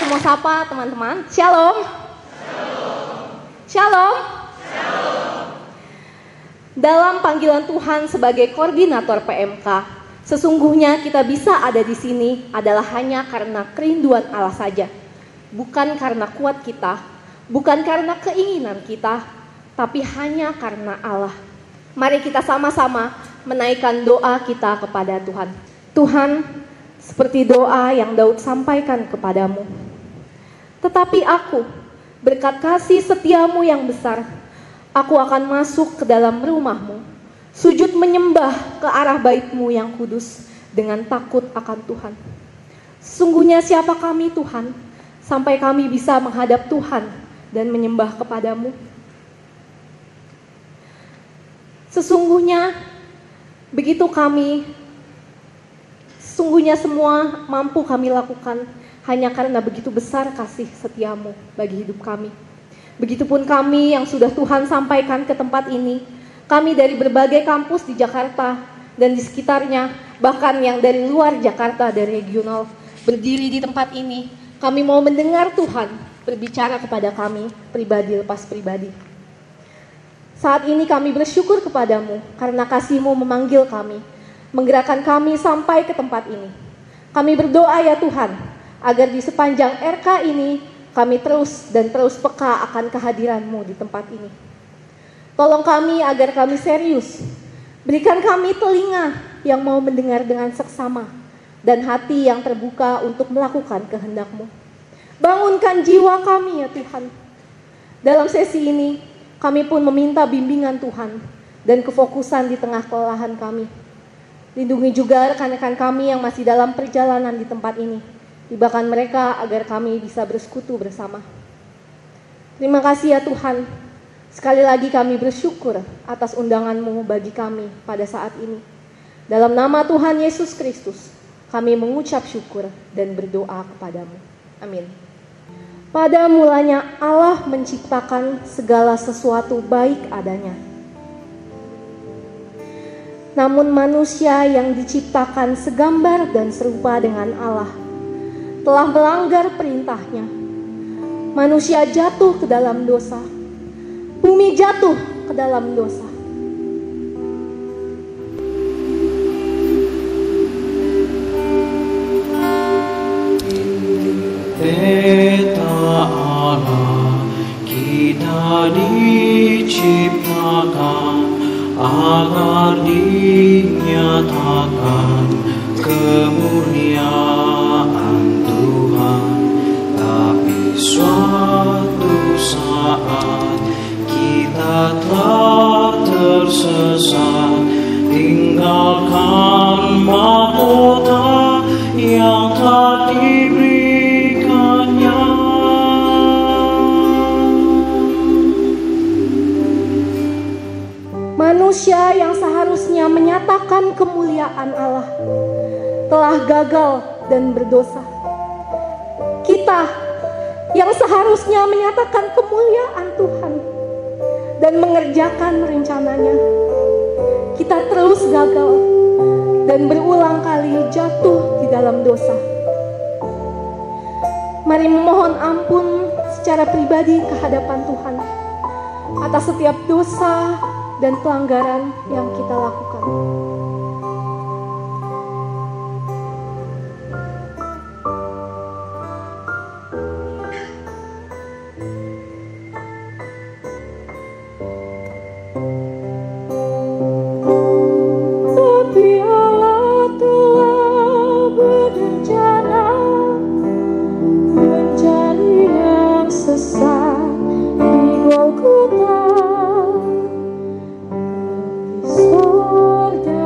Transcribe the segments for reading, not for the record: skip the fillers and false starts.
mau sapa teman-teman. Shalom. Shalom. Dalam panggilan Tuhan sebagai koordinator PMK, sesungguhnya kita bisa ada di sini adalah hanya karena kerinduan Allah saja. Bukan karena kuat kita, bukan karena keinginan kita, tapi hanya karena Allah. Mari kita sama-sama menaikkan doa kita kepada Tuhan. Tuhan, seperti doa yang Daud sampaikan kepadamu. Tetapi aku, berkat kasih setiamu yang besar, aku akan masuk ke dalam rumahmu, sujud menyembah ke arah baitmu yang kudus dengan takut akan Tuhan. Sesungguhnya siapa kami Tuhan, sampai kami bisa menghadap Tuhan dan menyembah kepadamu. Sesungguhnya semua mampu kami lakukan hanya karena begitu besar kasih setiamu bagi hidup kami. Begitupun kami yang sudah Tuhan sampaikan ke tempat ini, kami dari berbagai kampus di Jakarta dan di sekitarnya, bahkan yang dari luar Jakarta, dari regional, berdiri di tempat ini, kami mau mendengar Tuhan berbicara kepada kami, pribadi lepas pribadi. Saat ini kami bersyukur kepadamu karena kasih-Mu memanggil kami, menggerakkan kami sampai ke tempat ini. Kami berdoa ya Tuhan, agar di sepanjang RK ini kami terus peka akan kehadiran-Mu di tempat ini. Tolong kami agar kami serius. Berikan kami telinga yang mau mendengar dengan seksama dan hati yang terbuka untuk melakukan kehendak-Mu. Bangunkan jiwa kami ya Tuhan. Dalam sesi ini kami pun meminta bimbingan Tuhan dan kefokusan di tengah kelelahan kami. Lindungi juga rekan-rekan kami yang masih dalam perjalanan di tempat ini. Tibakan mereka agar kami bisa bersekutu bersama. Terima kasih ya Tuhan. Sekali lagi kami bersyukur atas undangan-Mu bagi kami pada saat ini. Dalam nama Tuhan Yesus Kristus, kami mengucap syukur dan berdoa kepadamu. Amin. Pada mulanya Allah menciptakan segala sesuatu baik adanya. Namun manusia yang diciptakan segambar dan serupa dengan Allah telah melanggar perintahnya. Manusia jatuh ke dalam dosa. Bumi jatuh ke dalam dosa. Beta Allah, kita diciptakan agar dinyatakan kemuliaan Tuhan. Tapi suatu saat kita telah tersesat, tinggalkan mahkota yang telah diberikannya. Manusia yang seharusnya menyatakan kemuliaan Allah telah gagal dan berdosa. Kita yang seharusnya menyatakan kemuliaan Tuhan dan mengerjakan rencananya, kita terus gagal dan berulang kali jatuh di dalam dosa. Mari memohon ampun secara pribadi ke hadapan Tuhan atas setiap dosa dan pelanggaran yang kita lakukan. Tapi Allah telah berencana mencari yang sesat di Golgota. Sorga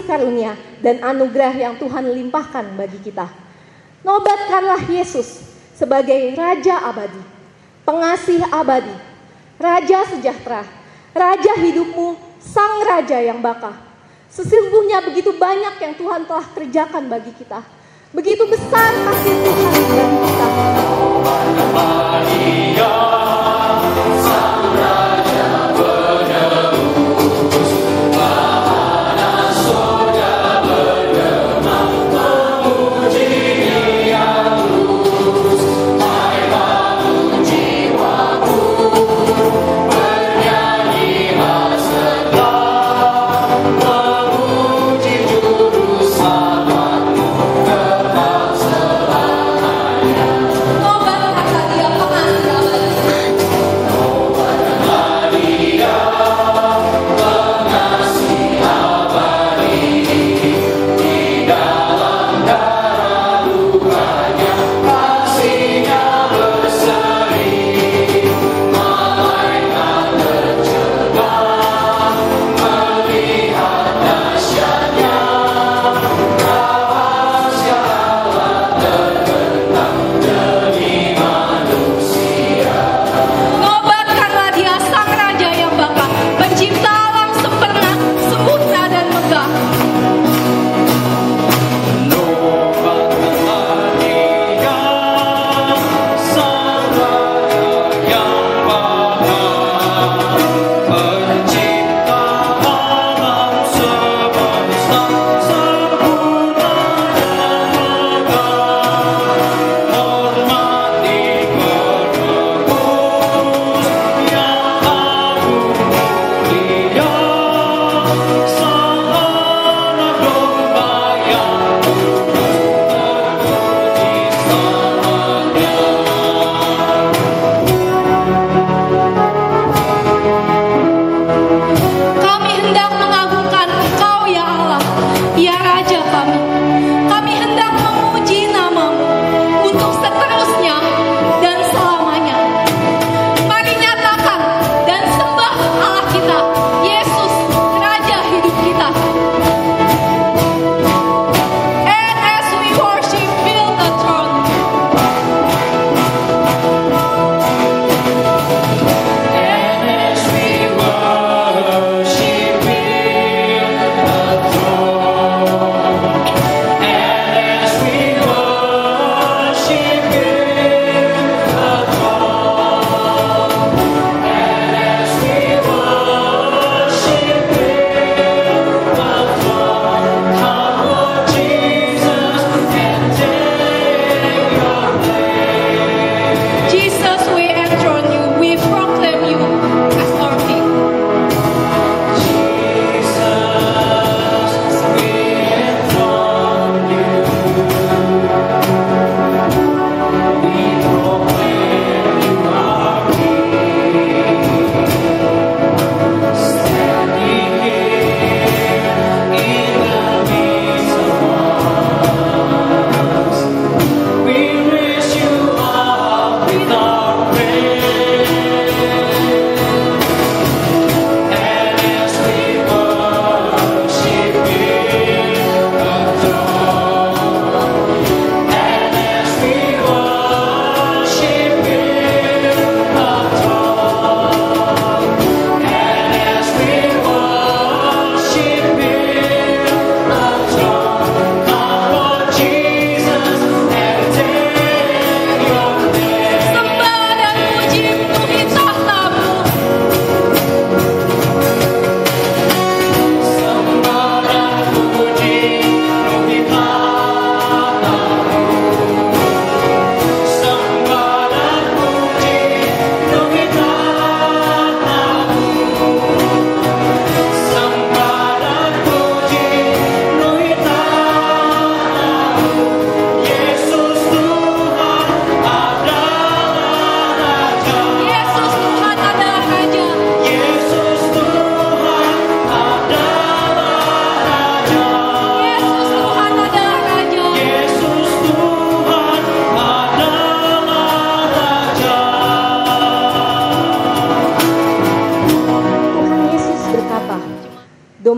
karunia dan anugerah yang Tuhan limpahkan bagi kita. Nobatkanlah Yesus sebagai Raja abadi, pengasih abadi, Raja sejahtera, Raja hidupmu, Sang Raja yang baka. Sesungguhnya begitu banyak yang Tuhan telah kerjakan bagi kita. Begitu besar kasih Tuhan bagi kita. Sang Raja penebus, bahana surga bergema, memuji Dia terus. Hai bangun jiwaku, bernyanyilah setelah, memuji Juru Selamatmu kekal selalu.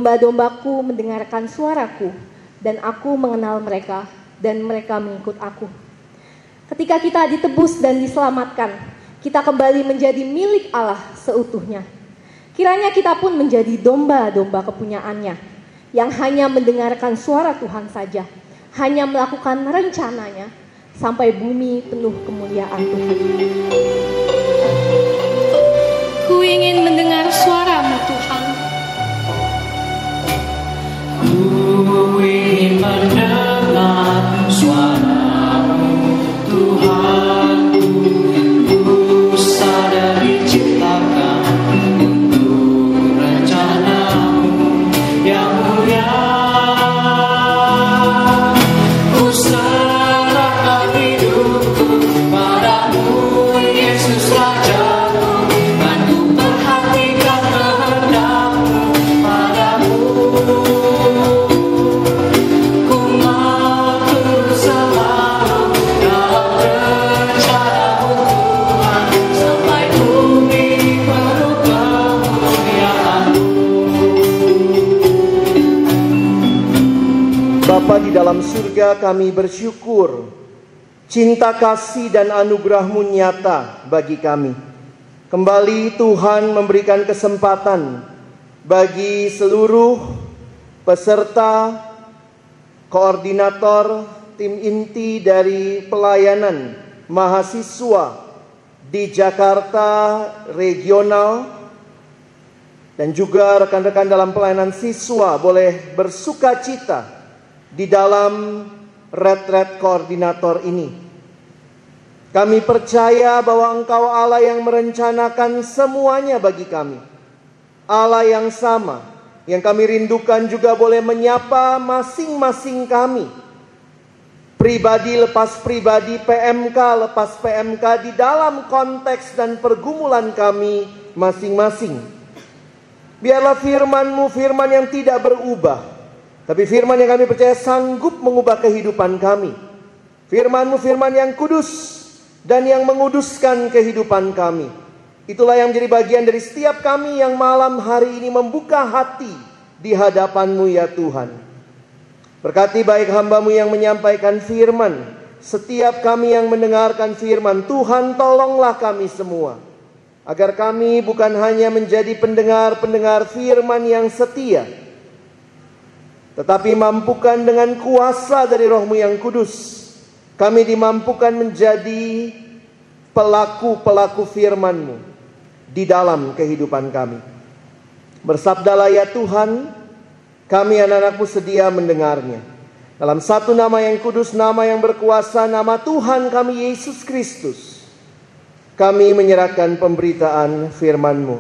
domba-dombaku mendengarkan suaraku, dan aku mengenal mereka, dan mereka mengikut aku. Ketika kita ditebus dan diselamatkan, kita kembali menjadi milik Allah seutuhnya. Kiranya kita pun menjadi domba-domba kepunyaannya, yang hanya mendengarkan suara Tuhan saja, hanya melakukan rencananya, sampai bumi penuh kemuliaan Tuhan. Ku ingin mendengar suara-Mu Tuhan. Ku ingin mendengar suara-Mu Tuhan. Ku sadar diciptakan untuk rencana-Mu yang mulia. Ku serahkan hidupku padamu, Yesus Raja-Ku, dan ku perhatikan kehendak-Mu padamu. Ku matur selalu dalam rencana-Mu Tuhan, sampai bumi penuh kemuliaan-Mu. Bapa di dalam surga, kami bersyukur cinta kasih dan anugerah-Mu nyata bagi kami. Kembali Tuhan memberikan kesempatan bagi seluruh peserta, koordinator, tim inti dari pelayanan mahasiswa di Jakarta regional, dan juga rekan-rekan dalam pelayanan siswa boleh bersuka cita di dalam retret koordinator ini. Kami percaya bahwa Engkau Allah yang merencanakan semuanya bagi kami. Allah yang sama, yang kami rindukan juga boleh menyapa masing-masing kami. Pribadi lepas pribadi, PMK lepas PMK, di dalam konteks dan pergumulan kami masing-masing. Biarlah firman-Mu firman yang tidak berubah, tapi firman yang kami percaya sanggup mengubah kehidupan kami. Firman-Mu firman yang kudus dan yang menguduskan kehidupan kami. Itulah yang menjadi bagian dari setiap kami yang malam hari ini membuka hati di hadapan-Mu ya Tuhan. Berkati baik hamba-Mu yang menyampaikan firman, setiap kami yang mendengarkan firman. Tuhan, tolonglah kami semua, agar kami bukan hanya menjadi pendengar-pendengar firman yang setia, tetapi mampukan dengan kuasa dari Roh-Mu yang kudus, kami dimampukan menjadi pelaku-pelaku firman-Mu di dalam kehidupan kami. Bersabdalah ya Tuhan, kami anak-anak-Mu sedia mendengarnya. Dalam satu nama yang kudus, nama yang berkuasa, nama Tuhan kami Yesus Kristus, kami menyerahkan pemberitaan firman-Mu.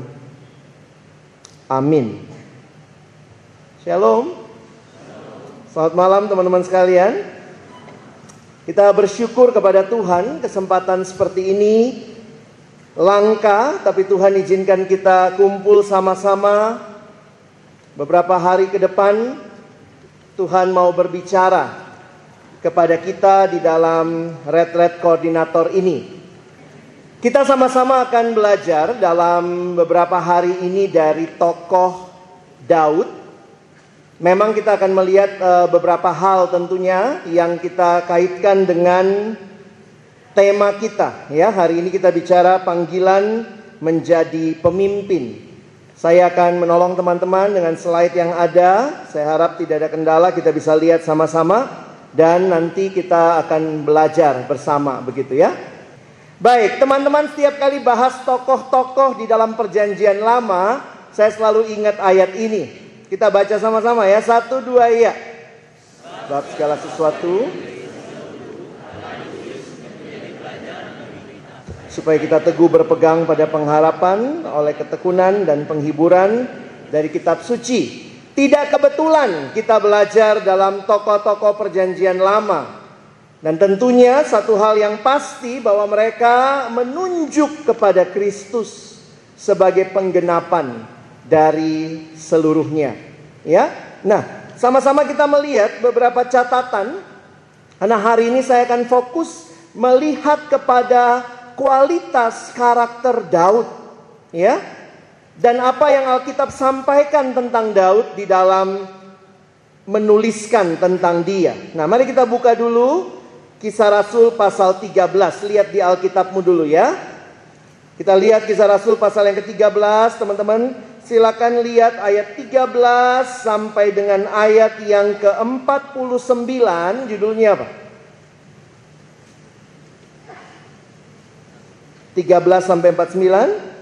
Amin. Shalom. Selamat malam teman-teman sekalian. Kita bersyukur kepada Tuhan, kesempatan seperti ini langka, tapi Tuhan izinkan kita kumpul sama-sama. Beberapa hari ke depan Tuhan mau berbicara kepada kita di dalam retret koordinator ini. Kita sama-sama akan belajar dalam beberapa hari ini dari tokoh Daud. Memang kita akan melihat beberapa hal tentunya yang kita kaitkan dengan tema kita. Ya, hari ini kita bicara panggilan menjadi pemimpin. Saya akan menolong teman-teman dengan slide yang ada. Saya harap tidak ada kendala, kita bisa lihat sama-sama. Dan nanti kita akan belajar bersama, begitu ya. Baik, teman-teman, setiap kali bahas tokoh-tokoh di dalam perjanjian lama, saya selalu ingat ayat ini. Kita baca sama-sama ya. 1, 2, ya. Sebab segala sesuatu supaya kita teguh berpegang pada pengharapan oleh ketekunan dan penghiburan dari kitab suci. Tidak kebetulan kita belajar dalam tokoh-tokoh perjanjian lama. Dan tentunya satu hal yang pasti bahwa mereka menunjuk kepada Kristus sebagai penggenapan dari seluruhnya. Ya. Nah, sama-sama kita melihat beberapa catatan. Karena hari ini saya akan fokus melihat kepada kualitas karakter Daud. Ya. Dan apa yang Alkitab sampaikan tentang Daud di dalam menuliskan tentang dia. Nah, mari kita buka dulu Kisah Rasul pasal 13. Lihat di Alkitabmu dulu ya. Kita lihat Kisah Rasul pasal yang ke-13, teman-teman. Silakan lihat ayat 13 sampai dengan ayat yang ke-49. Judulnya apa? 13 sampai 49.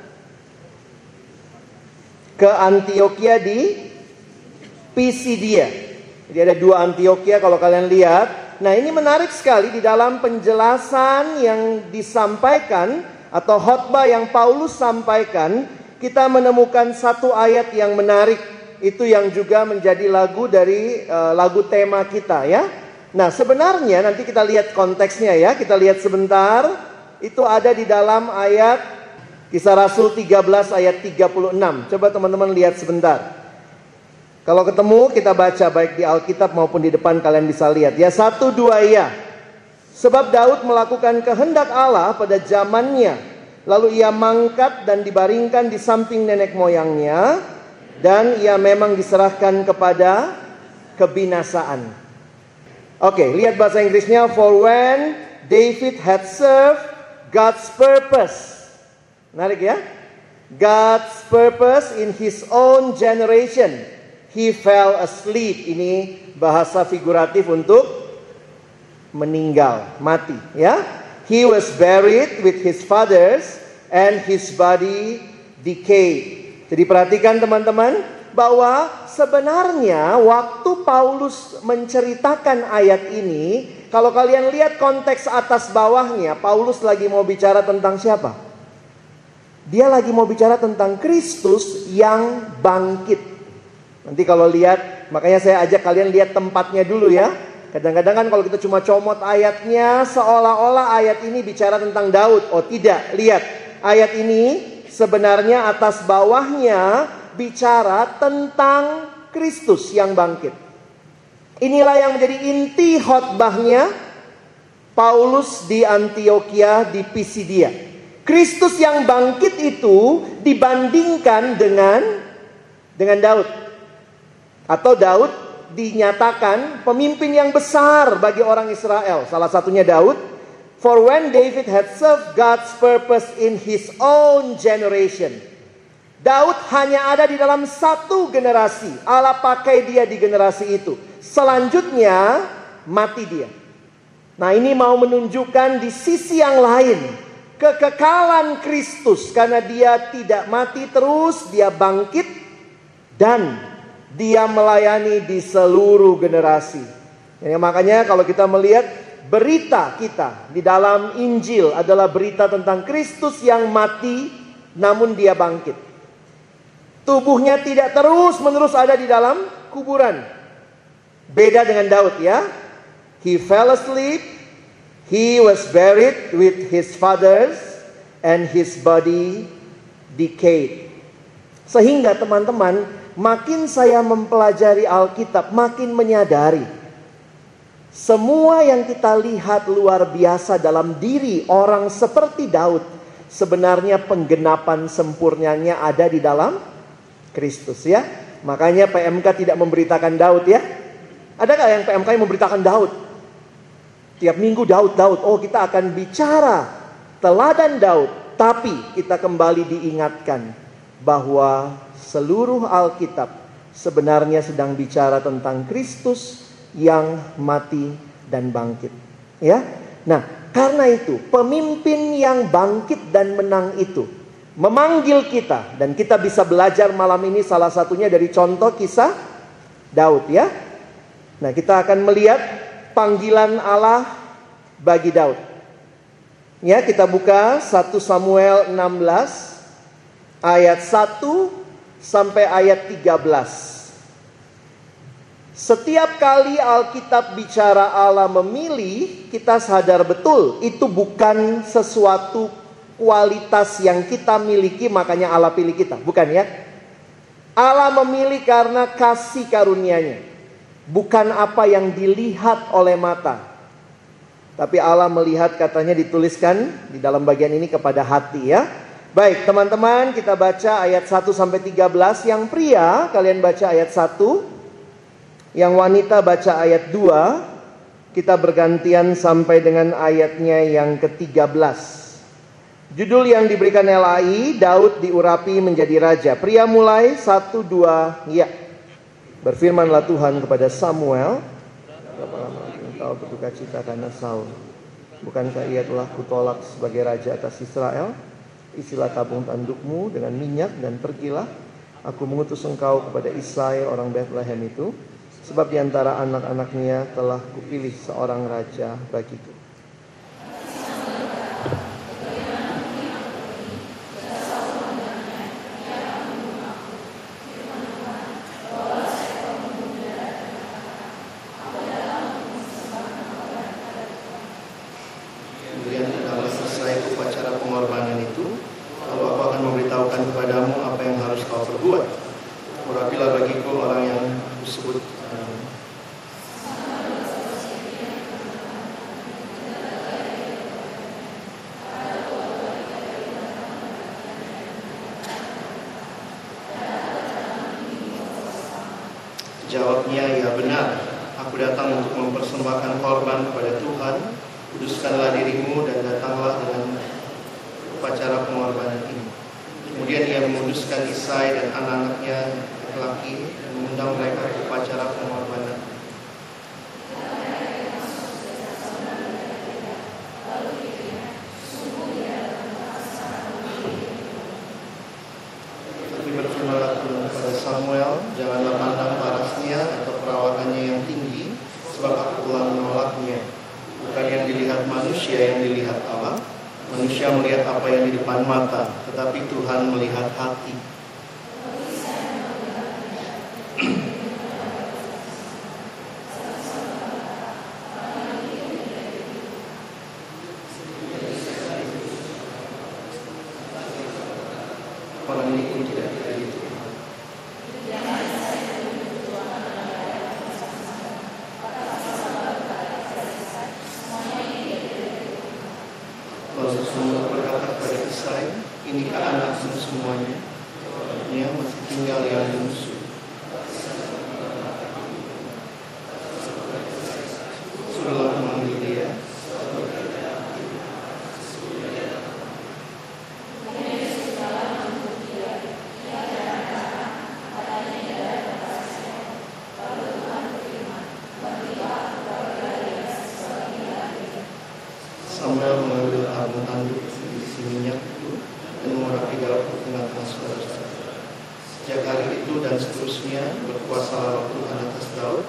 Ke Antioquia di Pisidia. Jadi ada 2 Antioquia kalau kalian lihat. Nah, ini menarik sekali di dalam penjelasan yang disampaikan atau khotbah yang Paulus sampaikan, kita menemukan satu ayat yang menarik. Itu yang juga menjadi lagu dari lagu tema kita ya. Nah, sebenarnya nanti kita lihat konteksnya ya. Kita lihat sebentar. Itu ada di dalam ayat Kisah Rasul 13 ayat 36. Coba teman-teman lihat sebentar. Kalau ketemu kita baca baik di Alkitab maupun di depan, kalian bisa lihat. Ya, 1, 2 ya. Sebab Daud melakukan kehendak Allah pada zamannya. Lalu ia mangkat dan dibaringkan di samping nenek moyangnya. Dan ia memang diserahkan kepada kebinasaan. Oke, lihat bahasa Inggrisnya. For when David had served God's purpose. Menarik ya. God's purpose in his own generation. He fell asleep. Ini bahasa figuratif untuk meninggal, mati ya. He was buried with his fathers and his body decayed. Jadi perhatikan teman-teman bahwa sebenarnya waktu Paulus menceritakan ayat ini, kalau kalian lihat konteks atas bawahnya, Paulus lagi mau bicara tentang siapa? Dia lagi mau bicara tentang Kristus yang bangkit. Nanti kalau lihat, makanya saya ajak kalian lihat tempatnya dulu ya. Kadang-kadang kan kalau kita cuma comot ayatnya, seolah-olah ayat ini bicara tentang Daud. Oh tidak, lihat. Ayat ini sebenarnya atas bawahnya bicara tentang Kristus yang bangkit. Inilah yang menjadi inti khotbahnya Paulus di Antioquia di Pisidia. Kristus yang bangkit itu dibandingkan dengan Daud. Atau Daud dinyatakan pemimpin yang besar bagi orang Israel. Salah satunya Daud. For when David had served God's purpose in his own generation. Daud hanya ada di dalam satu generasi. Allah pakai dia di generasi itu. Selanjutnya mati dia. Nah, ini mau menunjukkan di sisi yang lain kekekalan Kristus, karena dia tidak mati terus, dia bangkit dan dia melayani di seluruh generasi. Ya, makanya kalau kita melihat berita kita di dalam Injil adalah berita tentang Kristus yang mati namun dia bangkit. Tubuhnya tidak terus-menerus ada di dalam kuburan. Beda dengan Daud ya. He fell asleep. He was buried with his fathers and his body decayed. Sehingga teman-teman, makin saya mempelajari Alkitab, makin menyadari semua yang kita lihat luar biasa dalam diri orang seperti Daud, sebenarnya penggenapan sempurnanya ada di dalam Kristus ya. Makanya PMK tidak memberitakan Daud ya. Ada nggak yang PMK yang memberitakan Daud? Tiap minggu Daud. Oh, kita akan bicara teladan Daud. Tapi kita kembali diingatkan bahwa seluruh Alkitab sebenarnya sedang bicara tentang Kristus yang mati dan bangkit. Ya. Nah, karena itu pemimpin yang bangkit dan menang itu memanggil kita. Dan kita bisa belajar malam ini salah satunya dari contoh kisah Daud ya. Nah, kita akan melihat panggilan Allah bagi Daud. Ya, kita buka 1 Samuel 16 ayat 1 sampai ayat 13. Setiap kali Alkitab bicara Allah memilih, kita sadar betul itu bukan sesuatu kualitas yang kita miliki makanya Allah pilih kita, bukan ya? Allah memilih karena kasih karunia-Nya. Bukan apa yang dilihat oleh mata. Tapi Allah melihat, katanya dituliskan di dalam bagian ini, kepada hati ya. Baik, teman-teman, kita baca ayat 1 sampai 13. Yang pria, kalian baca ayat 1. Yang wanita baca ayat 2. Kita bergantian sampai dengan ayatnya yang ke-13. Judul yang diberikan LAI, Daud diurapi menjadi raja. Pria mulai, 1, 2, ya. Berfirmanlah Tuhan kepada Samuel, berapa lama lagi engkau berduka cita karena Saul? Bukankah ia telah kutolak sebagai raja atas Israel? Isilah tabung tandukmu dengan minyak dan pergilah. Aku mengutus engkau kepada Isai orang Bethlehem itu, sebab di antara anak-anaknya telah kupilih seorang raja bagiku. Jawabnya, ya benar, aku datang untuk mempersembahkan korban kepada Tuhan. Kuduskanlah dirimu dan datanglah dengan upacara pengorbanan ini. Kemudian ia menguduskan Isai dan anak-anaknya laki-laki dan mengundang mereka ke upacara pengorbanan. Tapi berfirmanlah Tuhan kepada Samuel, janganlah pandang parasnya atau perawakannya yang tinggi, sebab aku telah menolaknya. Bukan yang dilihat manusia yang dilihat Allah. Manusia melihat apa yang di depan mata, tetapi Tuhan melihat hati. Orang ini pun tidak begitu. Lalu Samuel berkata kepada Isai, inikah anakmu semuanya? Dia masih tinggal yang musuh. Suruhlah memanggil dia. Samuel mengambil tabung tanduk berisi minyak itu dan mengurapi Daud di tengah-tengah saudara-saudara. Sejak hari itu dan seterusnya berkuasalah roh Tuhan atas Daud.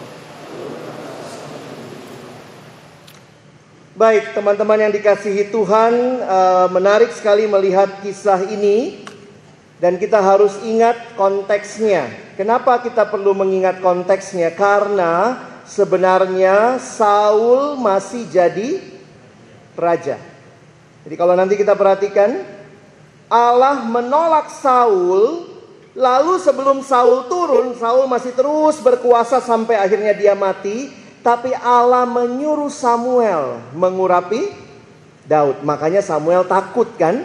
Baik, teman-teman yang dikasihi Tuhan, menarik sekali melihat kisah ini. Dan kita harus ingat konteksnya. Kenapa kita perlu mengingat konteksnya? Karena sebenarnya Saul masih jadi raja. Jadi kalau nanti kita perhatikan, Allah menolak Saul, lalu sebelum Saul turun, Saul masih terus berkuasa sampai akhirnya dia mati. Tapi Allah menyuruh Samuel mengurapi Daud. Makanya Samuel takut kan?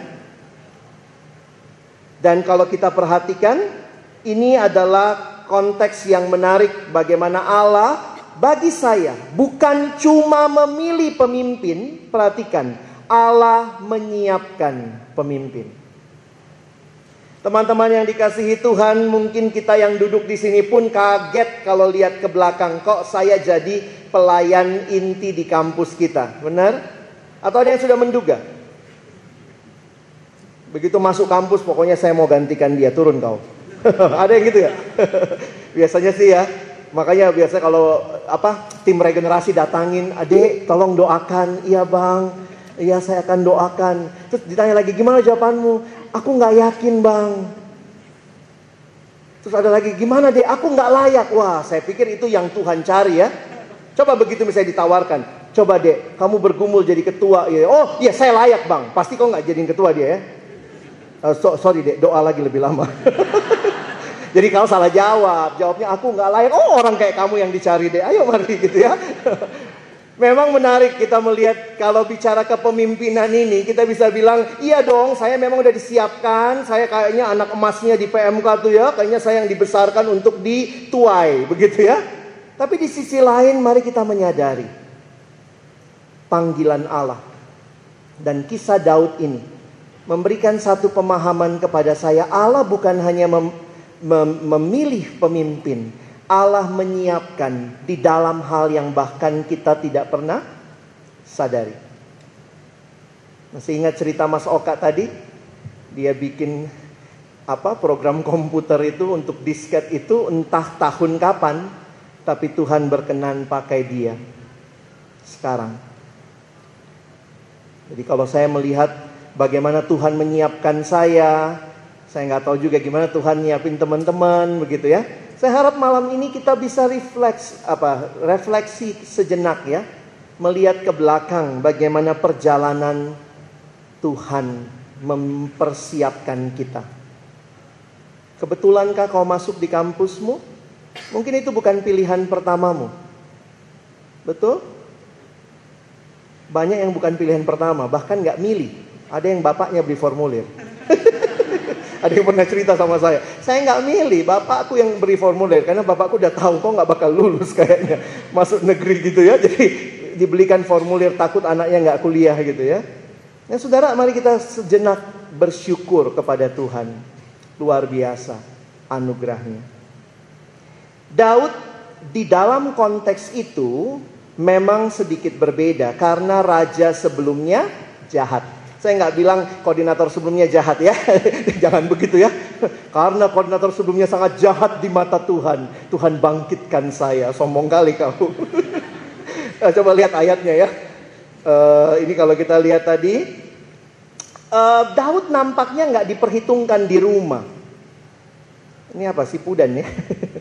Dan kalau kita perhatikan, ini adalah konteks yang menarik bagaimana Allah bagi saya bukan cuma memilih pemimpin, perhatikan, Allah menyiapkan pemimpin. Teman-teman yang dikasihi Tuhan, mungkin kita yang duduk di sini pun kaget kalau lihat ke belakang, kok saya jadi pelayan inti di kampus kita, benar? Atau ada yang sudah menduga? Begitu masuk kampus, pokoknya saya mau gantikan dia, turun kau. Ada yang gitu ya? Biasanya sih ya. Makanya biasa kalau tim regenerasi datangin, adik tolong doakan. Iya bang, iya saya akan doakan. Terus ditanya lagi, gimana jawabanmu? Aku gak yakin bang. Terus ada lagi, gimana dek? Aku gak layak. Wah, saya pikir itu yang Tuhan cari ya. Coba begitu misalnya ditawarkan, coba dek, kamu bergumul jadi ketua. Ya. Oh iya saya layak bang. Pasti kau gak jadiin ketua dia ya. Sorry dek, doa lagi lebih lama. Jadi kalau salah jawab, jawabnya aku nggak layak. Oh orang kayak kamu yang dicari deh, ayo mari gitu ya. Memang menarik kita melihat kalau bicara kepemimpinan ini, kita bisa bilang, iya dong, saya memang udah disiapkan, saya kayaknya anak emasnya di PMK tuh ya, kayaknya saya yang dibesarkan untuk dituai, begitu ya. Tapi di sisi lain mari kita menyadari panggilan Allah dan kisah Daud ini memberikan satu pemahaman kepada saya. Allah bukan hanya memilih pemimpin, Allah menyiapkan di dalam hal yang bahkan kita tidak pernah sadari. Masih ingat cerita Mas Oka tadi? Dia bikin program komputer itu untuk disket itu entah tahun kapan, tapi Tuhan berkenan pakai dia sekarang. Jadi kalau saya melihat bagaimana Tuhan menyiapkan saya nggak tahu juga gimana Tuhan nyiapin teman-teman, begitu ya. Saya harap malam ini kita bisa refleksi sejenak ya. Melihat ke belakang bagaimana perjalanan Tuhan mempersiapkan kita. Kebetulankah kau masuk di kampusmu? Mungkin itu bukan pilihan pertamamu. Betul? Banyak yang bukan pilihan pertama, bahkan gak milih. Ada yang bapaknya beli formulir. Ada yang pernah cerita sama saya gak milih, bapakku yang beri formulir. Karena bapakku udah tahu kok gak bakal lulus kayaknya masuk negeri gitu ya. Jadi dibelikan formulir, takut anaknya gak kuliah gitu ya. Nah saudara, mari kita sejenak bersyukur kepada Tuhan. Luar biasa anugerahnya. Daud di dalam konteks itu memang sedikit berbeda karena raja sebelumnya jahat. Saya nggak bilang koordinator sebelumnya jahat ya. Jangan begitu ya. Karena koordinator sebelumnya sangat jahat di mata Tuhan, Tuhan bangkitkan saya. Sombong kali kamu. Coba lihat ayatnya ya. Ini kalau kita lihat tadi, Daud nampaknya nggak diperhitungkan di rumah. Ini apa sih, pudan ya?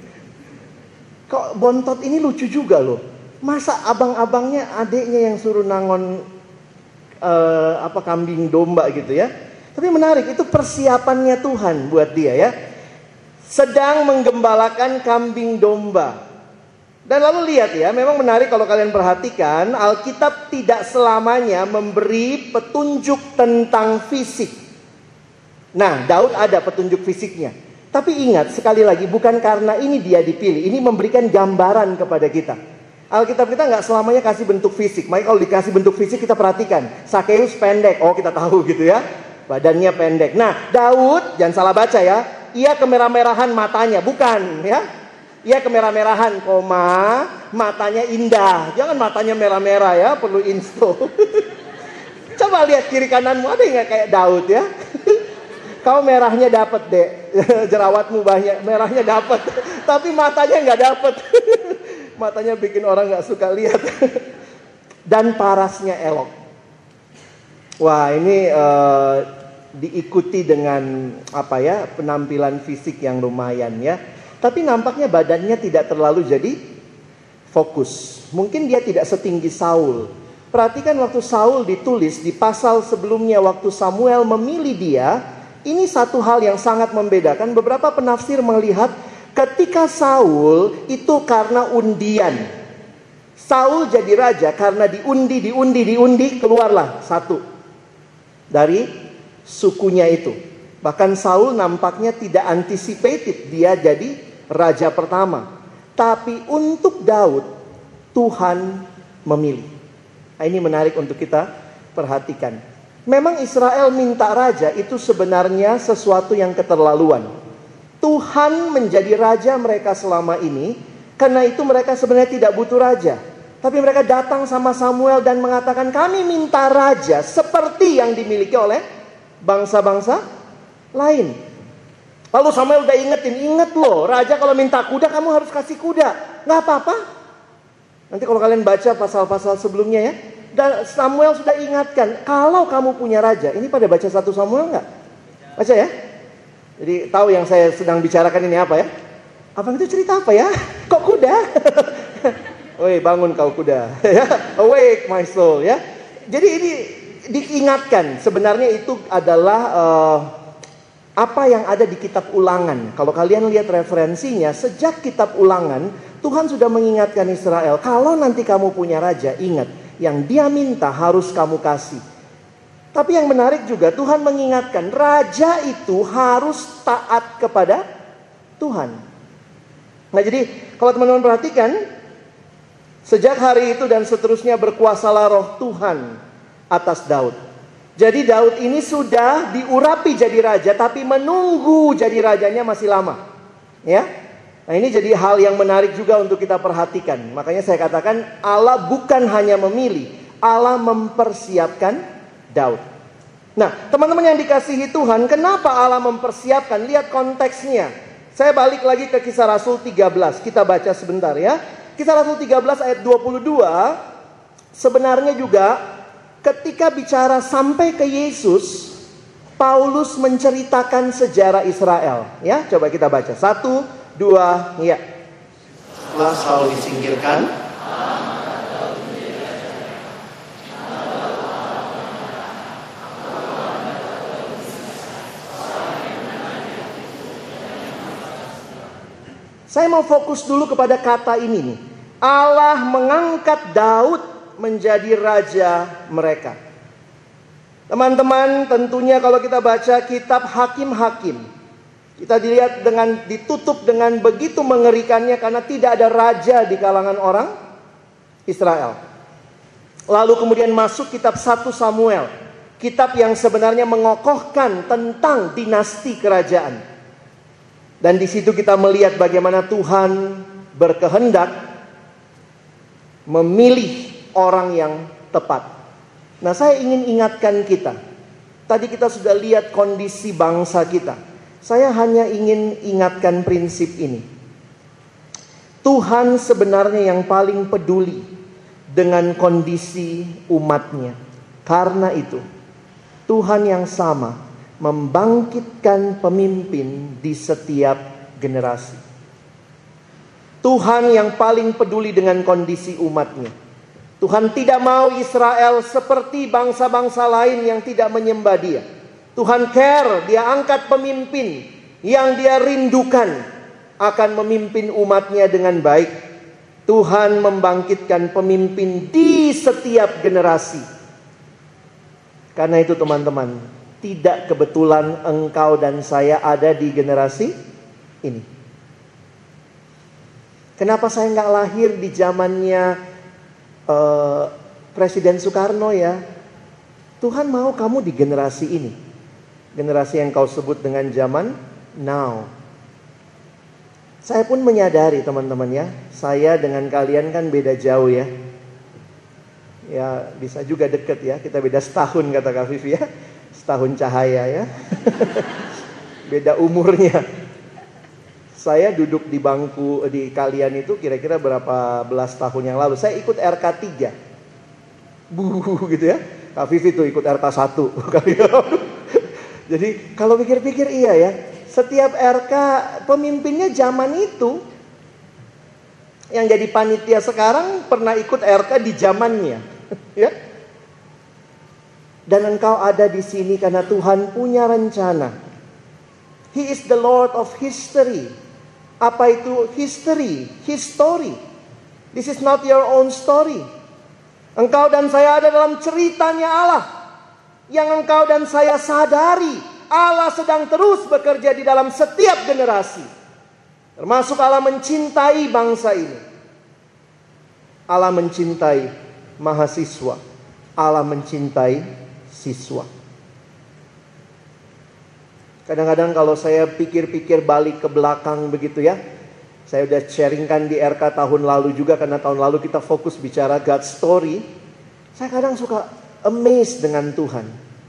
Kok bontot ini lucu juga loh. Masa abang-abangnya, adiknya yang suruh nangon kambing domba gitu ya. Tapi menarik, itu persiapannya Tuhan buat dia ya. Sedang menggembalakan kambing domba. Dan lalu lihat ya, memang menarik kalau kalian perhatikan, Alkitab tidak selamanya memberi petunjuk tentang fisik. Nah, Daud ada petunjuk fisiknya. Tapi ingat, sekali lagi, bukan karena ini dia dipilih. Ini memberikan gambaran kepada kita. Alkitab kita nggak selamanya kasih bentuk fisik. Makanya kalau dikasih bentuk fisik kita perhatikan. Sakeus pendek, oh kita tahu gitu ya. Badannya pendek. Nah, Daud, jangan salah baca ya. Ia kemerah-merahan matanya, bukan ya. Ia kemerah-merahan, matanya indah. Jangan matanya merah-merah ya, perlu insto. Coba lihat kiri kananmu, ada yang nggak kayak Daud ya. Kau merahnya dapat deh, jerawatmu banyak, merahnya dapat, tapi matanya nggak dapat. Matanya bikin orang nggak suka lihat. Dan parasnya elok. Wah, ini diikuti dengan penampilan fisik yang lumayan ya. Tapi nampaknya badannya tidak terlalu jadi fokus. Mungkin dia tidak setinggi Saul. Perhatikan waktu Saul ditulis di pasal sebelumnya, waktu Samuel memilih dia. Ini satu hal yang sangat membedakan. Beberapa penafsir melihat ketika Saul itu karena undian. Saul jadi raja karena diundi, keluarlah satu dari sukunya itu. Bahkan Saul nampaknya tidak anticipated dia jadi raja pertama. Tapi untuk Daud, Tuhan memilih. Nah, ini menarik untuk kita perhatikan. Memang Israel minta raja itu sebenarnya sesuatu yang keterlaluan. Tuhan menjadi raja mereka selama ini. Karena itu mereka sebenarnya tidak butuh raja. Tapi mereka datang sama Samuel dan mengatakan, kami minta raja seperti yang dimiliki oleh bangsa-bangsa lain. Lalu Samuel udah inget loh, raja kalau minta kuda kamu harus kasih kuda. Gak apa-apa. Nanti kalau kalian baca pasal-pasal sebelumnya ya. Dan Samuel sudah ingatkan, kalau kamu punya raja, ini pada baca 1 Samuel nggak? Baca ya. Jadi tahu yang saya sedang bicarakan ini apa ya? Abang itu cerita apa ya? Kok kuda? Woi, bangun kau kuda. Awake my soul ya. Jadi ini diingatkan, sebenarnya itu adalah apa yang ada di kitab Ulangan. Kalau kalian lihat referensinya, sejak kitab Ulangan, Tuhan sudah mengingatkan Israel, kalau nanti kamu punya raja, ingat, yang dia minta harus kamu kasih. Tapi yang menarik juga, Tuhan mengingatkan, raja itu harus taat kepada Tuhan. Nah jadi, kalau teman-teman perhatikan, sejak hari itu dan seterusnya berkuasalah roh Tuhan atas Daud. Jadi Daud ini sudah diurapi jadi raja, tapi menunggu jadi rajanya masih lama. Ya, nah ini jadi hal yang menarik juga untuk kita perhatikan. Makanya saya katakan Allah bukan hanya memilih, Allah mempersiapkan Daud. Nah teman-teman yang dikasihi Tuhan, kenapa Allah mempersiapkan? Lihat konteksnya. Saya balik lagi ke Kisah Rasul 13. Kita baca sebentar ya. Kisah Rasul 13 ayat 22. Sebenarnya juga ketika bicara sampai ke Yesus, Paulus menceritakan sejarah Israel. Ya, coba kita baca. 1, 2, ya. Setelah Saul disingkirkan, Saya mau fokus dulu kepada kata ini nih. Allah mengangkat Daud menjadi raja mereka. Teman-teman, tentunya kalau kita baca kitab Hakim-Hakim, kita ditutup dengan begitu mengerikannya karena tidak ada raja di kalangan orang Israel. Lalu kemudian masuk kitab 1 Samuel, kitab yang sebenarnya mengokohkan tentang dinasti kerajaan. Dan di situ kita melihat bagaimana Tuhan berkehendak memilih orang yang tepat. Nah, saya ingin ingatkan kita. Tadi kita sudah lihat kondisi bangsa kita. Saya hanya ingin ingatkan prinsip ini. Tuhan sebenarnya yang paling peduli dengan kondisi umatnya. Karena itu, Tuhan yang sama membangkitkan pemimpin di setiap generasi. Tuhan yang paling peduli dengan kondisi umatnya. Tuhan tidak mau Israel seperti bangsa-bangsa lain yang tidak menyembah Dia. Tuhan care, Dia angkat pemimpin yang Dia rindukan akan memimpin umatnya dengan baik. Tuhan membangkitkan pemimpin di setiap generasi. Karena itu teman-teman, tidak kebetulan engkau dan saya ada di generasi ini. Kenapa saya nggak lahir di zamannya Presiden Soekarno ya? Tuhan mau kamu di generasi ini. Generasi yang kau sebut dengan zaman now. Saya pun menyadari teman-teman ya, saya dengan kalian kan beda jauh ya. Ya bisa juga deket ya, kita beda setahun kata Kak Vivi ya. Setahun cahaya ya. Beda umurnya. Saya duduk di bangku di kalian itu kira-kira berapa belas tahun yang lalu. Saya ikut RK3. Gitu ya. Kak Vivi tuh ikut RK1. Jadi kalau pikir-pikir iya ya. Setiap RK pemimpinnya zaman itu. Yang jadi panitia sekarang pernah ikut RK di zamannya. Ya. Dan engkau ada di sini karena Tuhan punya rencana. He is the Lord of history. Apa itu history? History. This is not your own story. Engkau dan saya ada dalam ceritanya Allah. Yang engkau dan saya sadari, Allah sedang terus bekerja di dalam setiap generasi. Termasuk Allah mencintai bangsa ini. Allah mencintai mahasiswa. Allah mencintai siswa. Kadang-kadang kalau saya pikir-pikir balik ke belakang begitu ya. Saya udah sharingkan di RK tahun lalu juga, karena tahun lalu kita fokus bicara God's story. Saya kadang suka amazed dengan Tuhan.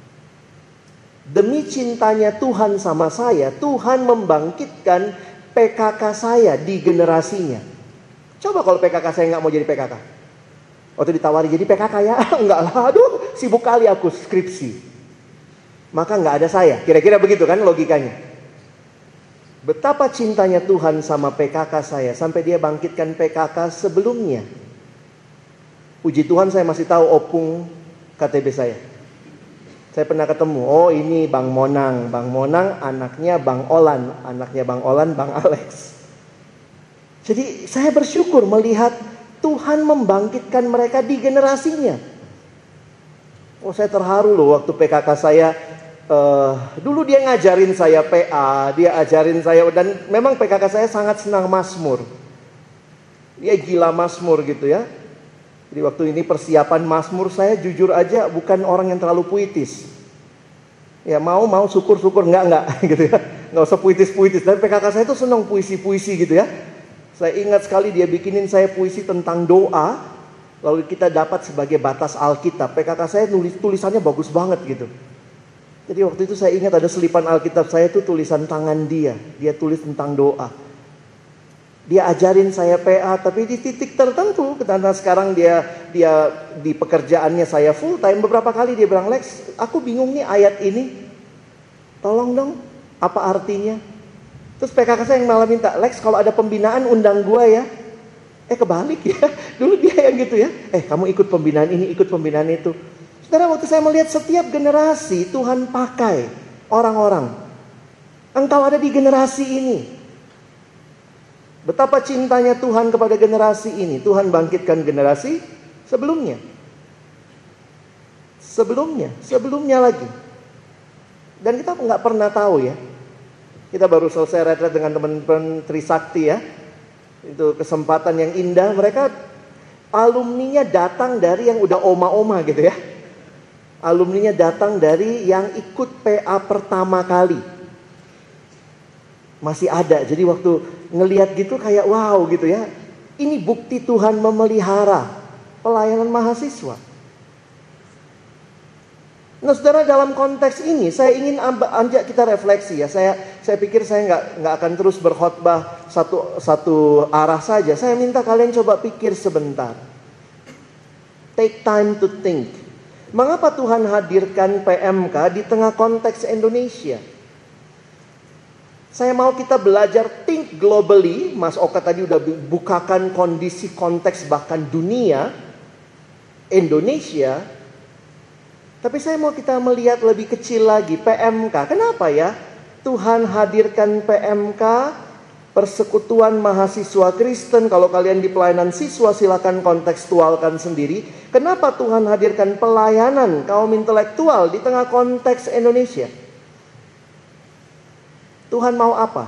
Demi cintanya Tuhan sama saya, Tuhan membangkitkan PKK saya di generasinya. Coba kalau PKK saya nggak mau jadi PKK. Waktu ditawari jadi PKK ya, enggak lah, aduh sibuk kali aku skripsi. Maka nggak ada saya, kira-kira begitu kan logikanya. Betapa cintanya Tuhan sama PKK saya, sampai Dia bangkitkan PKK sebelumnya. Puji Tuhan saya masih tahu opung KTB saya. Saya pernah ketemu, oh ini Bang Monang. Bang Monang anaknya Bang Olan, anaknya Bang Olan Bang Alex. Jadi saya bersyukur melihat Tuhan membangkitkan mereka di generasinya. Oh, saya terharu loh waktu PKK saya. Dulu dia ngajarin saya PA, dia ajarin saya, dan memang PKK saya sangat senang mazmur. Dia gila mazmur gitu ya. Jadi waktu ini persiapan mazmur, saya jujur aja bukan orang yang terlalu puitis. Ya mau syukur enggak gitu ya. Enggak usah puitis. Tapi PKK saya tuh senang puisi-puisi gitu ya. Saya ingat sekali dia bikinin saya puisi tentang doa, lalu kita dapat sebagai batas Alkitab. PKK saya tulisannya bagus banget gitu. Jadi waktu itu saya ingat ada selipan Alkitab saya itu tulisan tangan dia. Dia tulis tentang doa. Dia ajarin saya PA, tapi di titik tertentu, karena sekarang dia di pekerjaannya saya full time. Beberapa kali dia bilang, Lex, aku bingung nih ayat ini. Tolong dong, apa artinya? Terus PKK saya yang malah minta, Lex kalau ada pembinaan undang gua ya. Kebalik ya. Dulu dia yang gitu ya. Kamu ikut pembinaan ini, ikut pembinaan itu. Saudara, waktu saya melihat setiap generasi Tuhan pakai orang-orang. Engkau ada di generasi ini. Betapa cintanya Tuhan kepada generasi ini. Tuhan bangkitkan generasi sebelumnya. Sebelumnya lagi. Dan kita nggak pernah tahu ya. Kita baru selesai retret dengan teman-teman Trisakti ya. Itu kesempatan yang indah. Mereka alumninya datang dari yang udah oma-oma gitu ya. Alumninya datang dari yang ikut PA pertama kali. Masih ada. Jadi waktu ngelihat gitu kayak wow gitu ya. Ini bukti Tuhan memelihara pelayanan mahasiswa. Nah saudara, dalam konteks ini saya ingin ajak kita refleksi ya. Saya pikir saya nggak akan terus berkhotbah satu arah saja. Saya minta kalian coba pikir sebentar. Take time to think. Mengapa Tuhan hadirkan PMK di tengah konteks Indonesia? Saya mau kita belajar think globally. Mas Oka tadi udah bukakan kondisi konteks bahkan dunia, Indonesia. Tapi saya mau kita melihat lebih kecil lagi, PMK. Kenapa ya Tuhan hadirkan PMK, persekutuan mahasiswa Kristen? Kalau kalian di pelayanan siswa silakan kontekstualkan sendiri. Kenapa Tuhan hadirkan pelayanan kaum intelektual di tengah konteks Indonesia? Tuhan mau apa?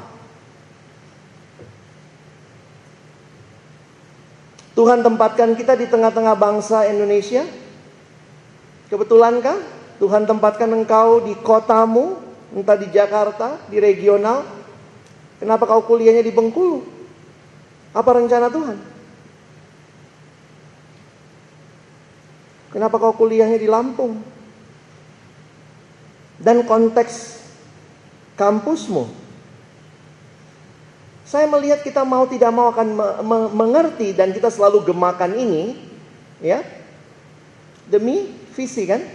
Tuhan tempatkan kita di tengah-tengah bangsa Indonesia. Kebetulankah Tuhan tempatkan engkau di kotamu, entah di Jakarta, di regional? Kenapa kau kuliahnya di Bengkulu? Apa rencana Tuhan? Kenapa kau kuliahnya di Lampung? Dan konteks kampusmu. Saya melihat kita mau tidak mau akan mengerti, dan kita selalu gemakan ini ya, demi visi kan.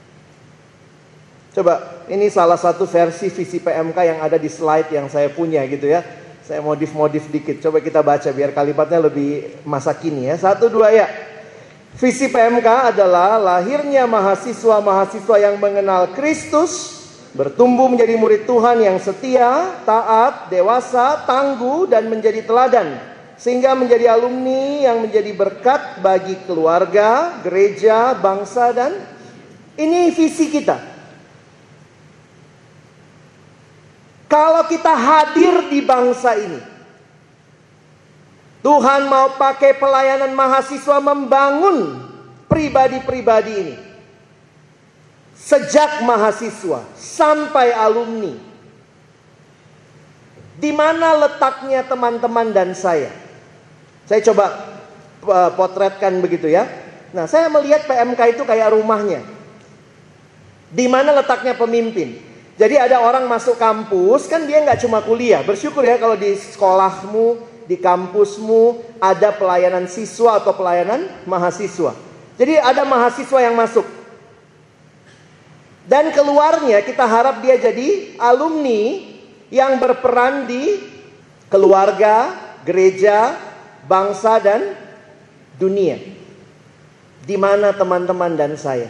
Coba, ini salah satu versi visi PMK yang ada di slide yang saya punya gitu ya. Saya modif dikit. Coba kita baca biar kalimatnya lebih masa kini ya. 1, 2 ya. Visi PMK adalah lahirnya mahasiswa-mahasiswa yang mengenal Kristus, bertumbuh menjadi murid Tuhan yang setia, taat, dewasa, tangguh, dan menjadi teladan. Sehingga menjadi alumni yang menjadi berkat bagi keluarga, gereja, bangsa, dan ini visi kita. Kalau kita hadir di bangsa ini, Tuhan mau pakai pelayanan mahasiswa membangun pribadi-pribadi ini. Sejak mahasiswa sampai alumni. Di mana letaknya teman-teman dan saya? Saya coba potretkan begitu ya. Nah, saya melihat PMK itu kayak rumahnya. Di mana letaknya pemimpin? Jadi ada orang masuk kampus, kan dia nggak cuma kuliah. Bersyukur ya kalau di sekolahmu, di kampusmu ada pelayanan siswa atau pelayanan mahasiswa. Jadi ada mahasiswa yang masuk. Dan keluarnya kita harap dia jadi alumni yang berperan di keluarga, gereja, bangsa, dan dunia. Di mana teman-teman dan saya?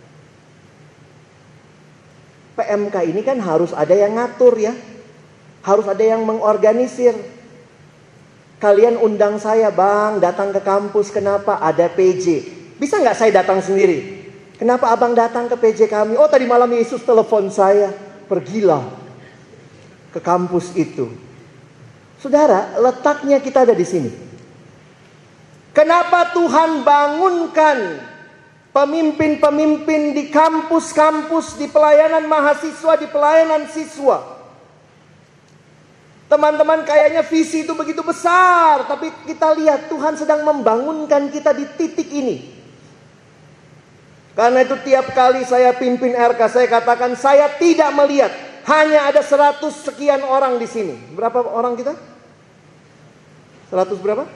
PMK ini kan harus ada yang ngatur ya. Harus ada yang mengorganisir. Kalian undang saya, Bang, datang ke kampus. Kenapa? Ada PJ. Bisa nggak saya datang sendiri? Kenapa abang datang ke PJ kami? Oh, tadi malam Yesus telepon saya. Pergilah ke kampus itu. Saudara, letaknya kita ada di sini. Kenapa Tuhan bangunkan pemimpin-pemimpin di kampus-kampus, di pelayanan mahasiswa, di pelayanan siswa? Teman-teman, kayaknya visi itu begitu besar, tapi kita lihat Tuhan sedang membangunkan kita di titik ini. Karena itu tiap kali saya pimpin RK, saya katakan saya tidak melihat hanya ada 100 sekian orang di sini. Berapa orang kita? 100 berapa?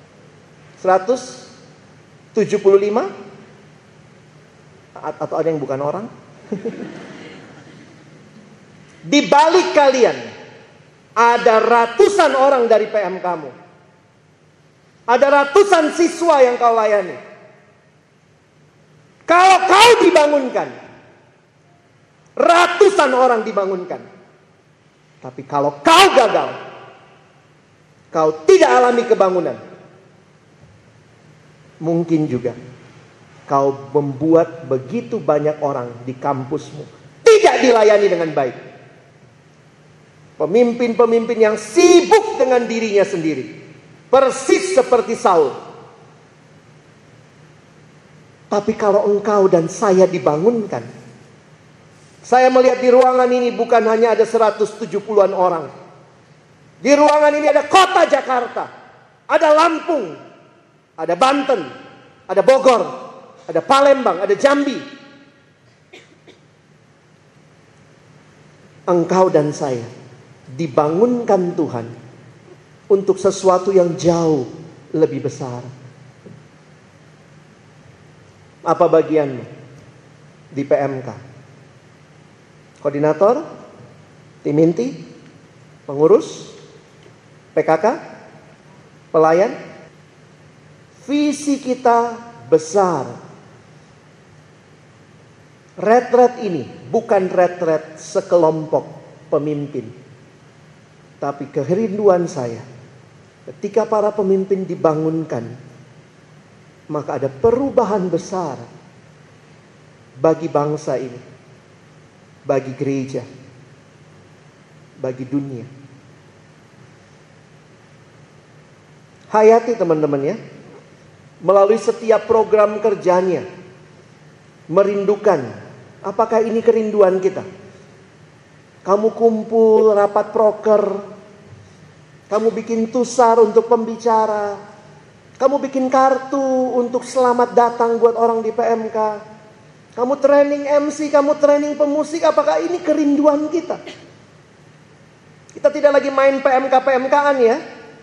175? Atau ada yang bukan orang? Di balik kalian ada ratusan orang dari PM kamu. Ada ratusan siswa yang kau layani. Kalau kau dibangunkan, ratusan orang dibangunkan. Tapi kalau kau gagal, kau tidak alami kebangunan, mungkin juga kau membuat begitu banyak orang di kampusmu tidak dilayani dengan baik. Pemimpin-pemimpin yang sibuk dengan dirinya sendiri, persis seperti Saul. Tapi kalau engkau dan saya dibangunkan, saya melihat di ruangan ini bukan hanya ada 170-an orang. Di ruangan ini ada kota Jakarta, ada Lampung, ada Banten, ada Bogor, ada Palembang, ada Jambi. Engkau dan saya dibangunkan Tuhan untuk sesuatu yang jauh lebih besar. Apa bagianmu di PMK? Koordinator, tim inti, pengurus, PKK, pelayan. Visi kita besar. Retret ini bukan retret sekelompok pemimpin, tapi kerinduan saya ketika para pemimpin dibangunkan, maka ada perubahan besar bagi bangsa ini, bagi gereja, bagi dunia. Hayati teman-teman ya, melalui setiap program kerjanya, merindukan. Apakah ini kerinduan kita? Kamu kumpul rapat proker, kamu bikin tusar untuk pembicara, kamu bikin kartu untuk selamat datang buat orang di PMK, kamu training MC, kamu training pemusik. Apakah ini kerinduan kita? Kita tidak lagi main PMK-PMK-an ya,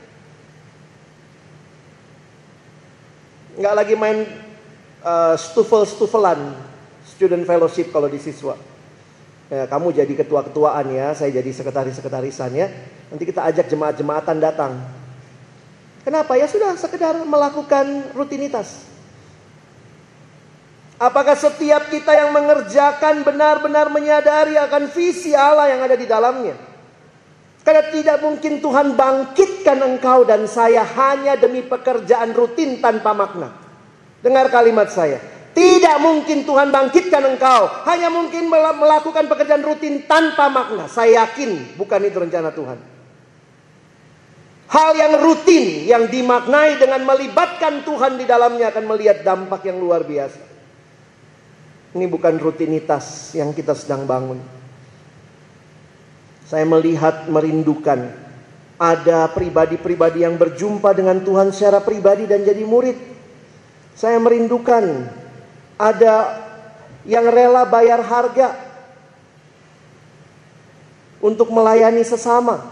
nggak lagi main stufel-stufelan, student fellowship kalau di siswa. Ya, kamu jadi ketua-ketuaan ya, saya jadi sekretaris-sekretarisan ya. Nanti kita ajak jemaat-jemaatan datang. Kenapa? Ya sudah, sekedar melakukan rutinitas. Apakah setiap kita yang mengerjakan benar-benar menyadari akan visi Allah yang ada di dalamnya? Karena tidak mungkin Tuhan bangkitkan engkau dan saya hanya demi pekerjaan rutin tanpa makna. Dengar kalimat saya. Tidak mungkin Tuhan bangkitkan engkau hanya mungkin melakukan pekerjaan rutin tanpa makna. Saya yakin bukan itu rencana Tuhan. Hal yang rutin, yang dimaknai dengan melibatkan Tuhan di dalamnya akan melihat dampak yang luar biasa. Ini bukan rutinitas yang kita sedang bangun. Saya melihat, merindukan ada pribadi-pribadi yang berjumpa dengan Tuhan secara pribadi dan jadi murid. Saya merindukan ada yang rela bayar harga untuk melayani sesama.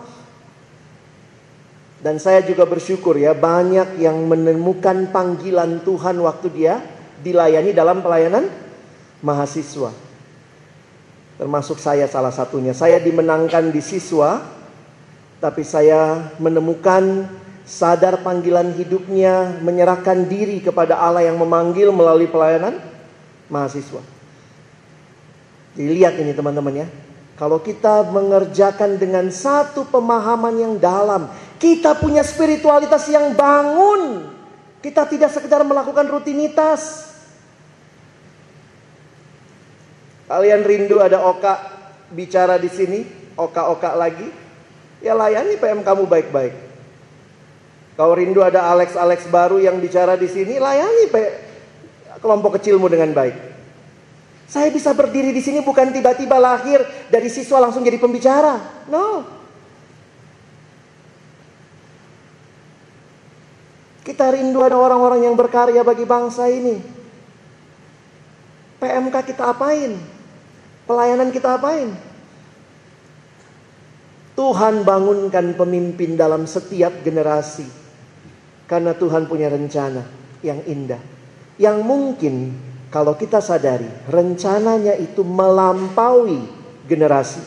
Dan saya juga bersyukur ya, banyak yang menemukan panggilan Tuhan waktu dia dilayani dalam pelayanan mahasiswa. Termasuk saya salah satunya. Saya dimenangkan di siswa, tapi saya menemukan sadar panggilan hidupnya, menyerahkan diri kepada Allah yang memanggil melalui pelayanan mahasiswa. Jadi lihat ini teman-teman ya. Kalau kita mengerjakan dengan satu pemahaman yang dalam, Kita punya spiritualitas yang bangun. Kita tidak sekedar melakukan rutinitas. Kalian rindu ada Oka bicara di sini? Oka-oka lagi? Ya layani PM kamu baik-baik. Kau rindu ada Alex baru yang bicara di sini? Layani kelompok kecilmu dengan baik. Saya bisa berdiri di sini bukan tiba-tiba lahir dari siswa langsung jadi pembicara. No. Kita rindu ada orang-orang yang berkarya bagi bangsa ini. PMK kita apain? Pelayanan kita apain? Tuhan bangunkan pemimpin dalam setiap generasi. Karena Tuhan punya rencana yang indah. Yang mungkin kalau kita sadari, rencananya itu melampaui generasi.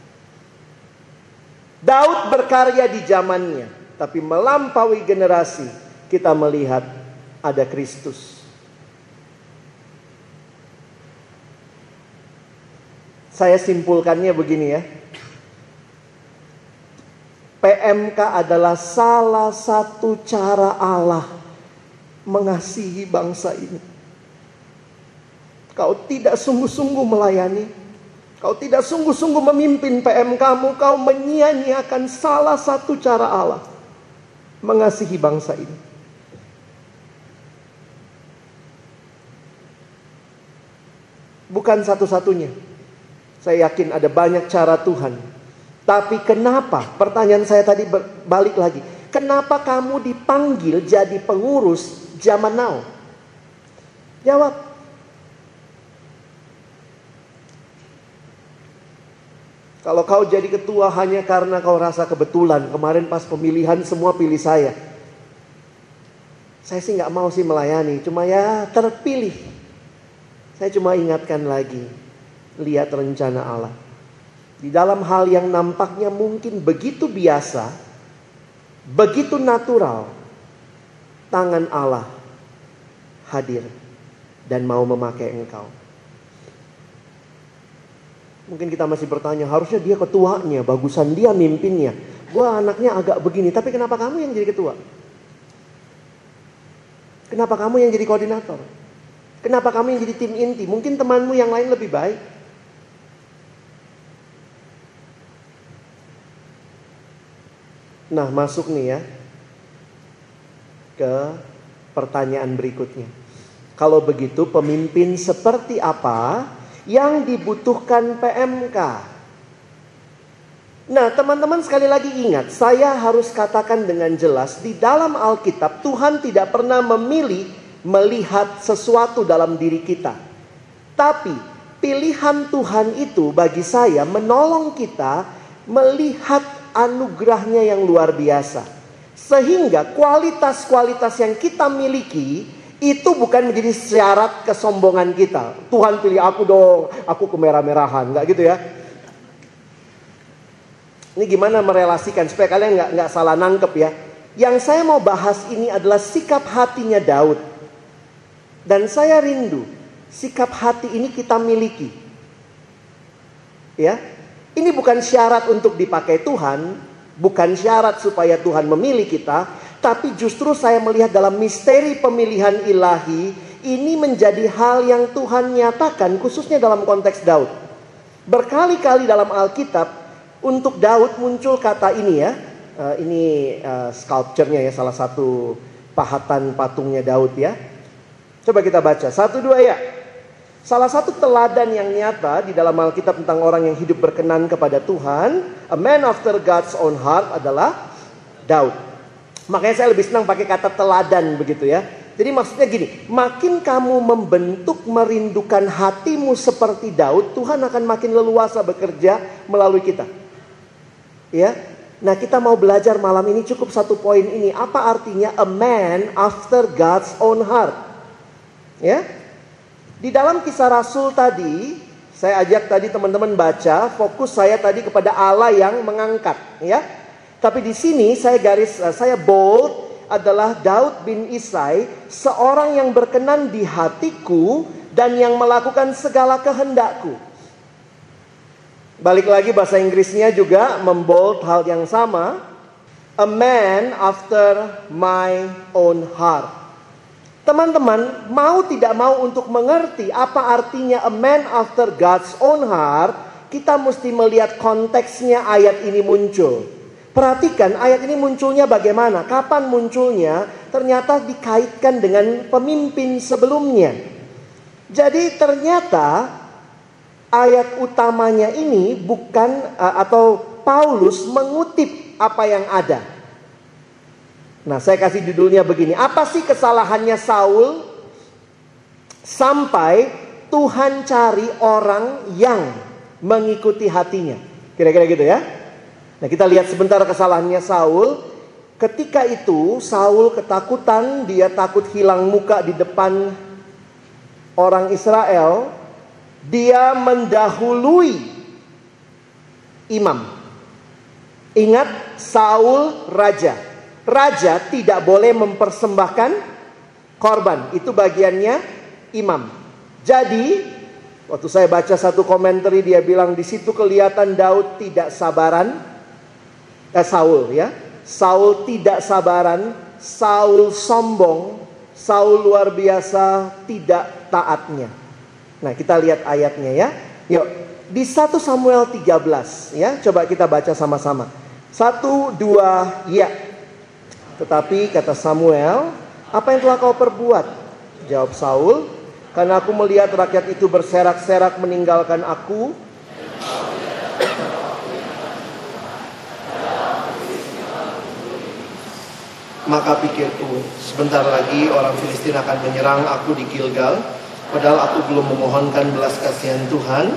Daud berkarya di zamannya, tapi melampaui generasi. Kita melihat ada Kristus. Saya simpulkannya begini ya. PMK adalah salah satu cara Allah mengasihi bangsa ini. Kau tidak sungguh-sungguh melayani, kau tidak sungguh-sungguh memimpin PMK-mu, kau menyia-nyiakan salah satu cara Allah mengasihi bangsa ini. Bukan satu-satunya. Saya yakin ada banyak cara Tuhan. Tapi kenapa? Pertanyaan saya tadi balik lagi. Kenapa kamu dipanggil jadi pengurus zaman now? Jawab. Kalau kau jadi ketua hanya karena kau rasa kebetulan. Kemarin pas pemilihan semua pilih saya. Saya sih gak mau sih melayani. Cuma ya terpilih. Saya cuma ingatkan lagi, lihat rencana Allah. Di dalam hal yang nampaknya mungkin begitu biasa, begitu natural, tangan Allah hadir dan mau memakai engkau. Mungkin kita masih bertanya, harusnya dia ketuanya, bagusan dia mimpinnya. Gua anaknya agak begini, tapi kenapa kamu yang jadi ketua? Kenapa kamu yang jadi koordinator? Kenapa kamu yang jadi tim inti? Mungkin temanmu yang lain lebih baik. Nah, masuk nih ya ke pertanyaan berikutnya. Kalau begitu, pemimpin seperti apa yang dibutuhkan PMK? Nah, teman-teman sekali lagi ingat, saya harus katakan dengan jelas, di dalam Alkitab Tuhan tidak pernah memilih melihat sesuatu dalam diri kita. Tapi pilihan Tuhan itu bagi saya menolong kita melihat anugerahnya yang luar biasa. Sehingga kualitas-kualitas yang kita miliki itu bukan menjadi syarat kesombongan kita. Tuhan pilih aku dong, aku kemerah-merahan. Enggak gitu ya. Ini gimana merelasikan supaya kalian nggak salah nangkep ya. Yang saya mau bahas ini adalah sikap hatinya Daud. Dan saya rindu sikap hati ini kita miliki. Ya, ini bukan syarat untuk dipakai Tuhan, bukan syarat supaya Tuhan memilih kita, tapi justru saya melihat dalam misteri pemilihan ilahi ini menjadi hal yang Tuhan nyatakan khususnya dalam konteks Daud. Berkali-kali dalam Alkitab untuk Daud muncul kata ini ya. Ini sculpture-nya ya, salah satu pahatan patungnya Daud ya. Coba kita baca 1-2 ya. Salah satu teladan yang nyata di dalam Alkitab tentang orang yang hidup berkenan kepada Tuhan, a man after God's own heart, adalah Daud. Makanya saya lebih senang pakai kata teladan begitu ya. Jadi maksudnya gini, makin kamu membentuk merindukan hatimu seperti Daud, Tuhan akan makin leluasa bekerja melalui kita. Ya. Nah, kita mau belajar malam ini cukup satu poin ini. Apa artinya a man after God's own heart? Ya. Di dalam Kisah Rasul tadi, saya ajak tadi teman-teman baca, fokus saya tadi kepada Allah yang mengangkat, ya. Tapi di sini saya bold adalah Daud bin Isai, seorang yang berkenan di hatiku dan yang melakukan segala kehendakku. Balik lagi bahasa Inggrisnya juga membold hal yang sama. A man after my own heart. Teman-teman, mau tidak mau untuk mengerti apa artinya a man after God's own heart, kita mesti melihat konteksnya ayat ini muncul. Perhatikan ayat ini munculnya bagaimana, kapan munculnya, ternyata dikaitkan dengan pemimpin sebelumnya. Jadi ternyata ayat utamanya ini bukan atau Paulus mengutip apa yang ada. Nah, saya kasih judulnya begini. Apa sih kesalahannya Saul sampai Tuhan cari orang yang mengikuti hatinya? Kira-kira gitu ya. Nah, kita lihat sebentar kesalahannya Saul. Ketika itu Saul ketakutan, dia takut hilang muka di depan orang Israel. Dia mendahului imam. Ingat, Saul raja. Raja tidak boleh mempersembahkan korban. Itu bagiannya imam. Jadi, waktu saya baca satu komentari, dia bilang di situ kelihatan Daud tidak sabaran. Saul ya. Saul tidak sabaran, Saul sombong, Saul luar biasa tidak taatnya. Nah, kita lihat ayatnya ya. Yuk, di 1 Samuel 13 ya, coba kita baca sama-sama. 1, 2, ya. Tetapi kata Samuel, apa yang telah kau perbuat? Jawab Saul, karena aku melihat rakyat itu berserak-serak meninggalkan aku. Maka pikirku, sebentar lagi orang Filistin akan menyerang aku di Gilgal, padahal aku belum memohonkan belas kasihan Tuhan.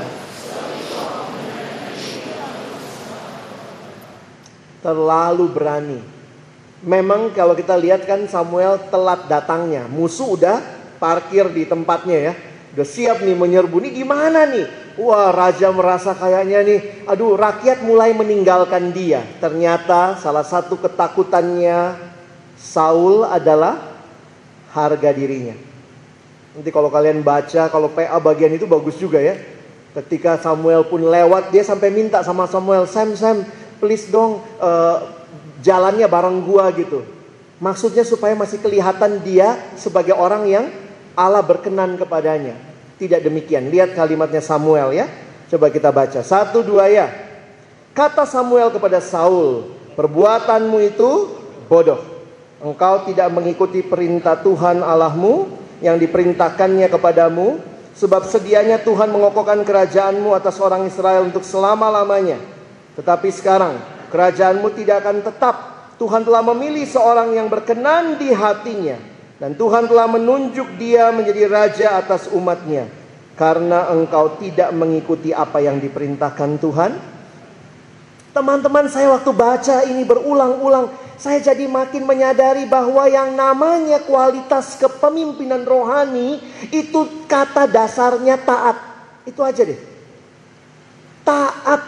Terlalu berani. Memang kalau kita lihat kan Samuel telat datangnya. Musuh udah parkir di tempatnya ya. Udah siap nih menyerbu. Nih gimana nih? Wah, raja merasa kayaknya nih, aduh, rakyat mulai meninggalkan dia. Ternyata salah satu ketakutannya Saul adalah harga dirinya. Nanti kalau kalian baca, kalau PA bagian itu bagus juga ya. Ketika Samuel pun lewat, dia sampai minta sama Samuel, Sam, please dong, jalannya bareng gua gitu. Maksudnya supaya masih kelihatan dia sebagai orang yang Allah berkenan kepadanya. Tidak demikian. Lihat kalimatnya Samuel ya. Coba kita baca. 1, 2 ya. Kata Samuel kepada Saul, perbuatanmu itu bodoh. Engkau tidak mengikuti perintah Tuhan Allahmu yang diperintahkannya kepadamu. Sebab sedianya Tuhan mengokohkan kerajaanmu atas orang Israel untuk selama-lamanya. Tetapi sekarang kerajaanmu tidak akan tetap. Tuhan telah memilih seorang yang berkenan di hatinya. Dan Tuhan telah menunjuk dia menjadi raja atas umatnya. Karena engkau tidak mengikuti apa yang diperintahkan Tuhan. Teman-teman, saya waktu baca ini berulang-ulang, saya jadi makin menyadari bahwa yang namanya kualitas kepemimpinan rohani itu kata dasarnya taat. Itu aja deh. Taat.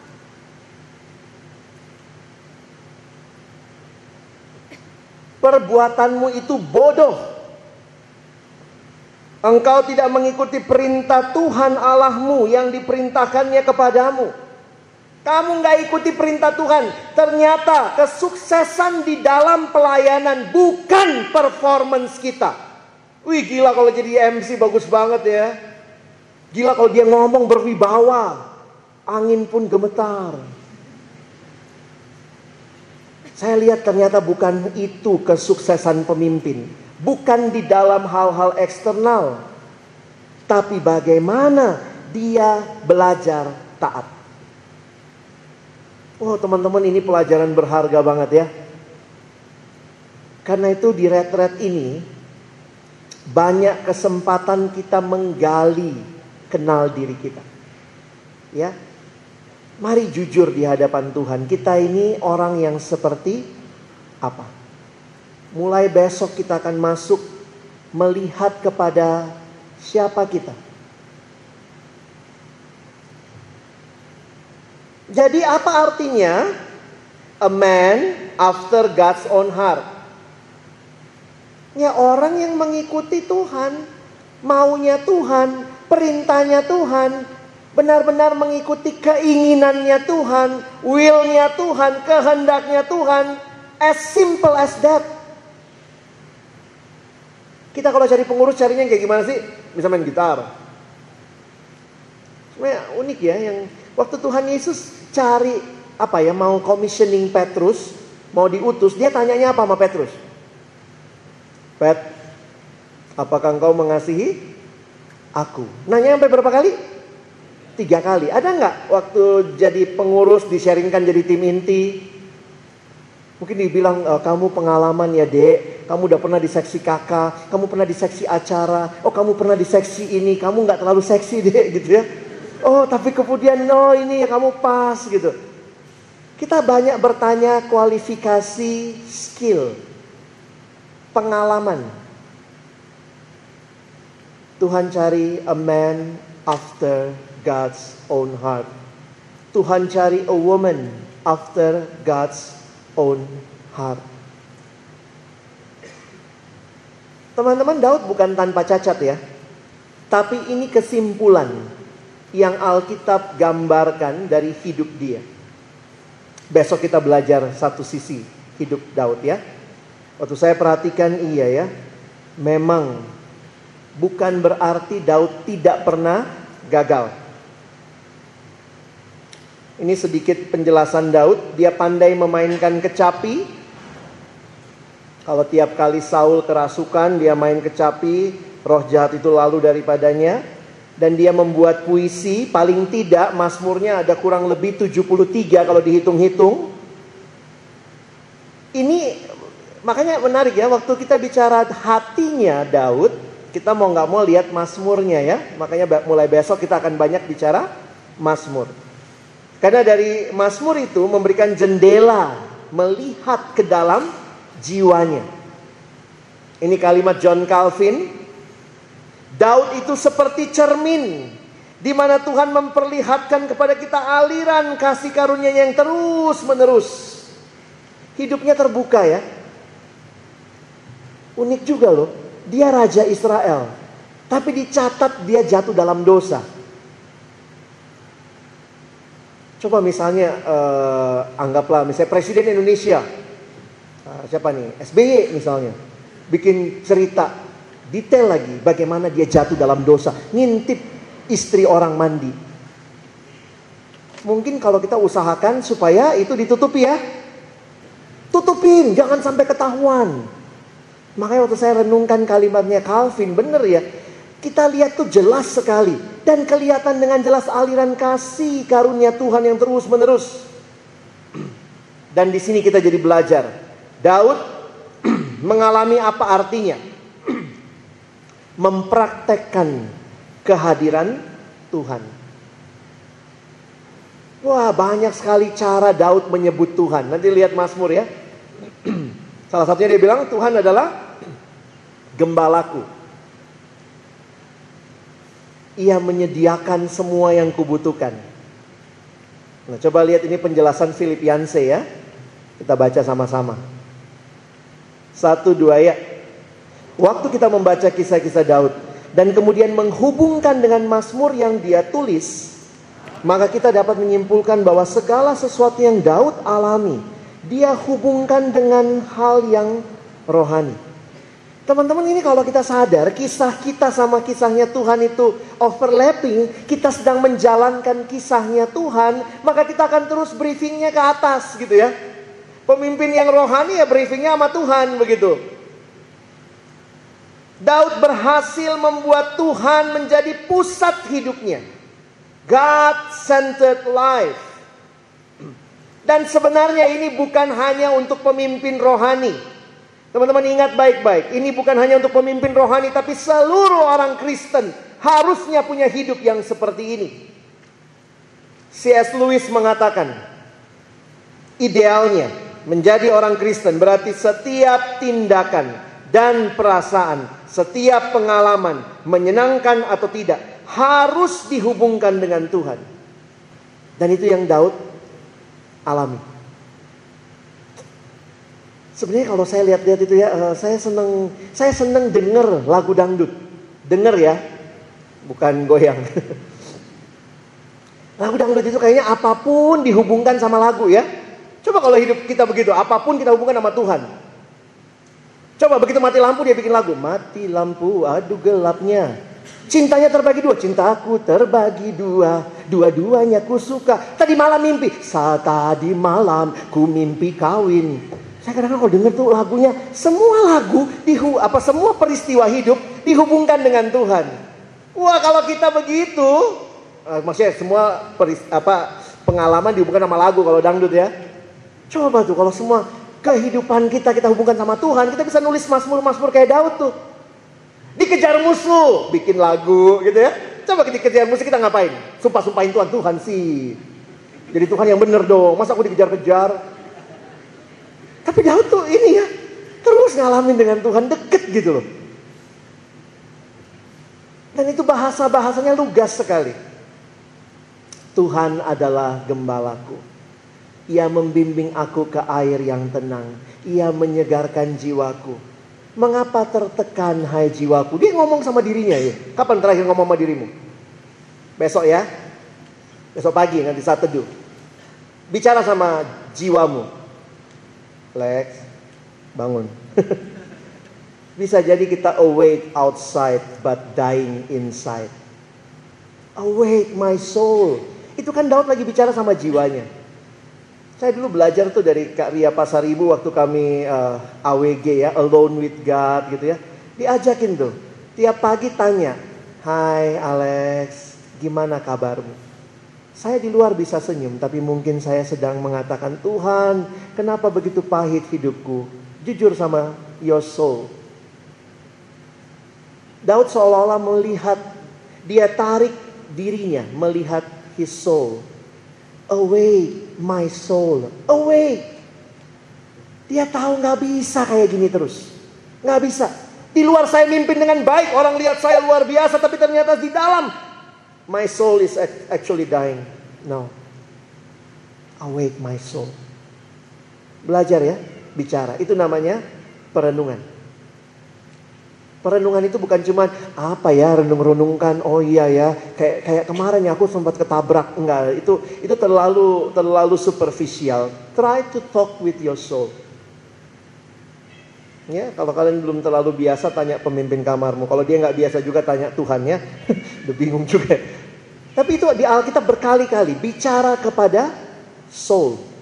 Perbuatanmu itu bodoh. Engkau tidak mengikuti perintah Tuhan Allahmu yang diperintahkannya kepadamu. Kamu gak ikuti perintah Tuhan. Ternyata kesuksesan di dalam pelayanan bukan performance kita. Wih, gila kalau jadi MC bagus banget ya. Gila kalau dia ngomong berwibawa. Angin pun gemetar. Saya lihat ternyata bukan itu kesuksesan pemimpin. Bukan di dalam hal-hal eksternal. Tapi bagaimana dia belajar taat. Oh teman-teman, ini pelajaran berharga banget ya. Karena itu di retret ini banyak kesempatan kita menggali kenal diri kita. Ya, mari jujur di hadapan Tuhan. Kita ini orang yang seperti apa? Mulai besok kita akan masuk melihat kepada siapa kita. Jadi apa artinya a man after God's own heart? Ya, orang yang mengikuti Tuhan, maunya Tuhan, perintahnya Tuhan, benar-benar mengikuti keinginannya Tuhan, will-nya Tuhan, kehendaknya Tuhan. As simple as that. Kita kalau cari pengurus carinya yang kayak gimana sih? Bisa main gitar. Sebenarnya unik ya, yang waktu Tuhan Yesus cari mau commissioning Petrus, mau diutus, dia tanyanya apa sama Petrus? Pet, apakah engkau mengasihi aku? Nanya sampai berapa kali? 3 kali. Ada nggak waktu jadi pengurus di-sharingkan jadi tim inti? Mungkin dibilang, kamu pengalaman ya dek, kamu udah pernah di seksi kakak, kamu pernah di seksi acara, oh kamu pernah di seksi ini, kamu nggak terlalu seksi dek gitu ya. Oh tapi kemudian ini kamu pas gitu. Kita banyak bertanya kualifikasi, skill, pengalaman. Tuhan cari a man after God's own heart. Tuhan cari a woman after God's own heart. Teman-teman, Daud bukan tanpa cacat ya. Tapi ini kesimpulan yang Alkitab gambarkan dari hidup dia. Besok kita belajar satu sisi hidup Daud ya. Waktu saya perhatikan iya ya. Memang bukan berarti Daud tidak pernah gagal. Ini sedikit penjelasan Daud. Dia pandai memainkan kecapi. Kalau tiap kali Saul kerasukan, dia main kecapi, roh jahat itu lalu daripadanya. Dan dia membuat puisi, paling tidak Mazmurnya ada kurang lebih 73 kalau dihitung-hitung. Ini makanya menarik ya, waktu kita bicara hatinya Daud, kita mau gak mau lihat Mazmurnya ya. Makanya mulai besok kita akan banyak bicara Mazmur. Karena dari Mazmur itu memberikan jendela melihat ke dalam jiwanya. Ini kalimat John Calvin. Daud itu seperti cermin di mana Tuhan memperlihatkan kepada kita aliran kasih karunia yang terus menerus. Hidupnya terbuka ya. Unik juga loh. Dia raja Israel, tapi dicatat dia jatuh dalam dosa. Coba misalnya anggaplah misalnya Presiden Indonesia, siapa nih? SBY misalnya, bikin cerita detail lagi bagaimana dia jatuh dalam dosa, ngintip istri orang mandi. Mungkin kalau kita usahakan supaya itu ditutupi ya, tutupin, jangan sampai ketahuan. Makanya waktu saya renungkan kalimatnya Calvin, bener ya, kita lihat tuh jelas sekali dan kelihatan dengan jelas aliran kasih karunia Tuhan yang terus menerus. Dan di sini kita jadi belajar. Daud mengalami apa artinya mempraktekkan kehadiran Tuhan. Wah, banyak sekali cara Daud menyebut Tuhan. Nanti lihat Mazmur ya. Salah satunya dia bilang Tuhan adalah gembalaku. Ia menyediakan semua yang kubutuhkan. Nah, coba lihat ini penjelasan Filipianse ya. Kita baca sama-sama. 1, 2 ya. Waktu kita membaca kisah-kisah Daud dan kemudian menghubungkan dengan Mazmur yang dia tulis, maka kita dapat menyimpulkan bahwa segala sesuatu yang Daud alami, dia hubungkan dengan hal yang rohani. Teman-teman, ini kalau kita sadar kisah kita sama kisahnya Tuhan itu overlapping, kita sedang menjalankan kisahnya Tuhan, maka kita akan terus briefingnya ke atas gitu ya. Pemimpin yang rohani ya briefingnya sama Tuhan begitu. Daud berhasil membuat Tuhan menjadi pusat hidupnya. God-centered life. Dan sebenarnya ini bukan hanya untuk pemimpin rohani. Teman-teman ingat baik-baik. Ini bukan hanya untuk pemimpin rohani, tapi seluruh orang Kristen harusnya punya hidup yang seperti ini. C.S. Lewis mengatakan, idealnya menjadi orang Kristen berarti setiap tindakan dan perasaan, setiap pengalaman, menyenangkan atau tidak, harus dihubungkan dengan Tuhan. Dan itu yang Daud alami. Sebenarnya kalau saya lihat-lihat itu ya, saya seneng denger lagu dangdut. Denger ya, bukan goyang. Lagu dangdut itu kayaknya apapun dihubungkan sama lagu ya. Coba kalau hidup kita begitu, apapun kita hubungkan sama Tuhan. Coba begitu mati lampu dia bikin lagu. Mati lampu, aduh gelapnya. Cintanya terbagi dua, cintaku terbagi dua. Dua-duanya ku suka. Tadi malam mimpi, tadi malam ku mimpi kawin. Saya kadang-kadang kalau dengar tuh lagunya, semua lagu, semua peristiwa hidup dihubungkan dengan Tuhan. Wah kalau kita begitu, maksudnya semua pengalaman dihubungkan sama lagu kalau dangdut ya. Coba tuh kalau semua kehidupan kita hubungkan sama Tuhan, kita bisa nulis mazmur-mazmur kayak Daud tuh. Dikejar musuh, bikin lagu gitu ya. Coba kita dikejar musuh kita ngapain? Sumpah-sumpahin Tuhan sih. Jadi Tuhan yang bener dong, masa aku dikejar-kejar? Tapi Daud tuh ini ya, terus ngalamin dengan Tuhan, deket gitu loh. Dan itu bahasanya lugas sekali. Tuhan adalah gembalaku. Ia membimbing aku ke air yang tenang. Ia menyegarkan jiwaku. Mengapa tertekan hai jiwaku? Dia ngomong sama dirinya ya. Kapan terakhir ngomong sama dirimu? Besok ya. Besok pagi nanti saat teduh. Bicara sama jiwamu. Lex, bangun. Bisa jadi kita awake outside but dying inside. Awake my soul. Itu kan Daud lagi bicara sama jiwanya. Saya dulu belajar tuh dari Kak Ria Pasaribu waktu kami AWG ya, Alone with God gitu ya. Diajakin tuh, tiap pagi tanya, hai Alex, gimana kabarmu? Saya di luar bisa senyum, tapi mungkin saya sedang mengatakan, Tuhan, kenapa begitu pahit hidupku? Jujur sama your soul. Daud seolah-olah melihat, dia tarik dirinya melihat his soul. Awake my soul, awake. Dia tahu gak bisa kayak gini terus. Gak bisa. Di luar saya mimpin dengan baik, orang lihat saya luar biasa, tapi ternyata di dalam my soul is actually dying. No. Awake my soul. Belajar ya, bicara. Itu namanya perenungan. Perenungan itu bukan cuma apa ya, renung-renungkan, oh iya ya, kayak kemarin ya aku sempat ketabrak. Enggak, itu terlalu superficial. Try to talk with your soul. Ya, kalau kalian belum terlalu biasa tanya pemimpin kamarmu. Kalau dia nggak biasa juga tanya Tuhan ya. Udah bingung juga. Tapi itu di Alkitab berkali-kali bicara kepada soul.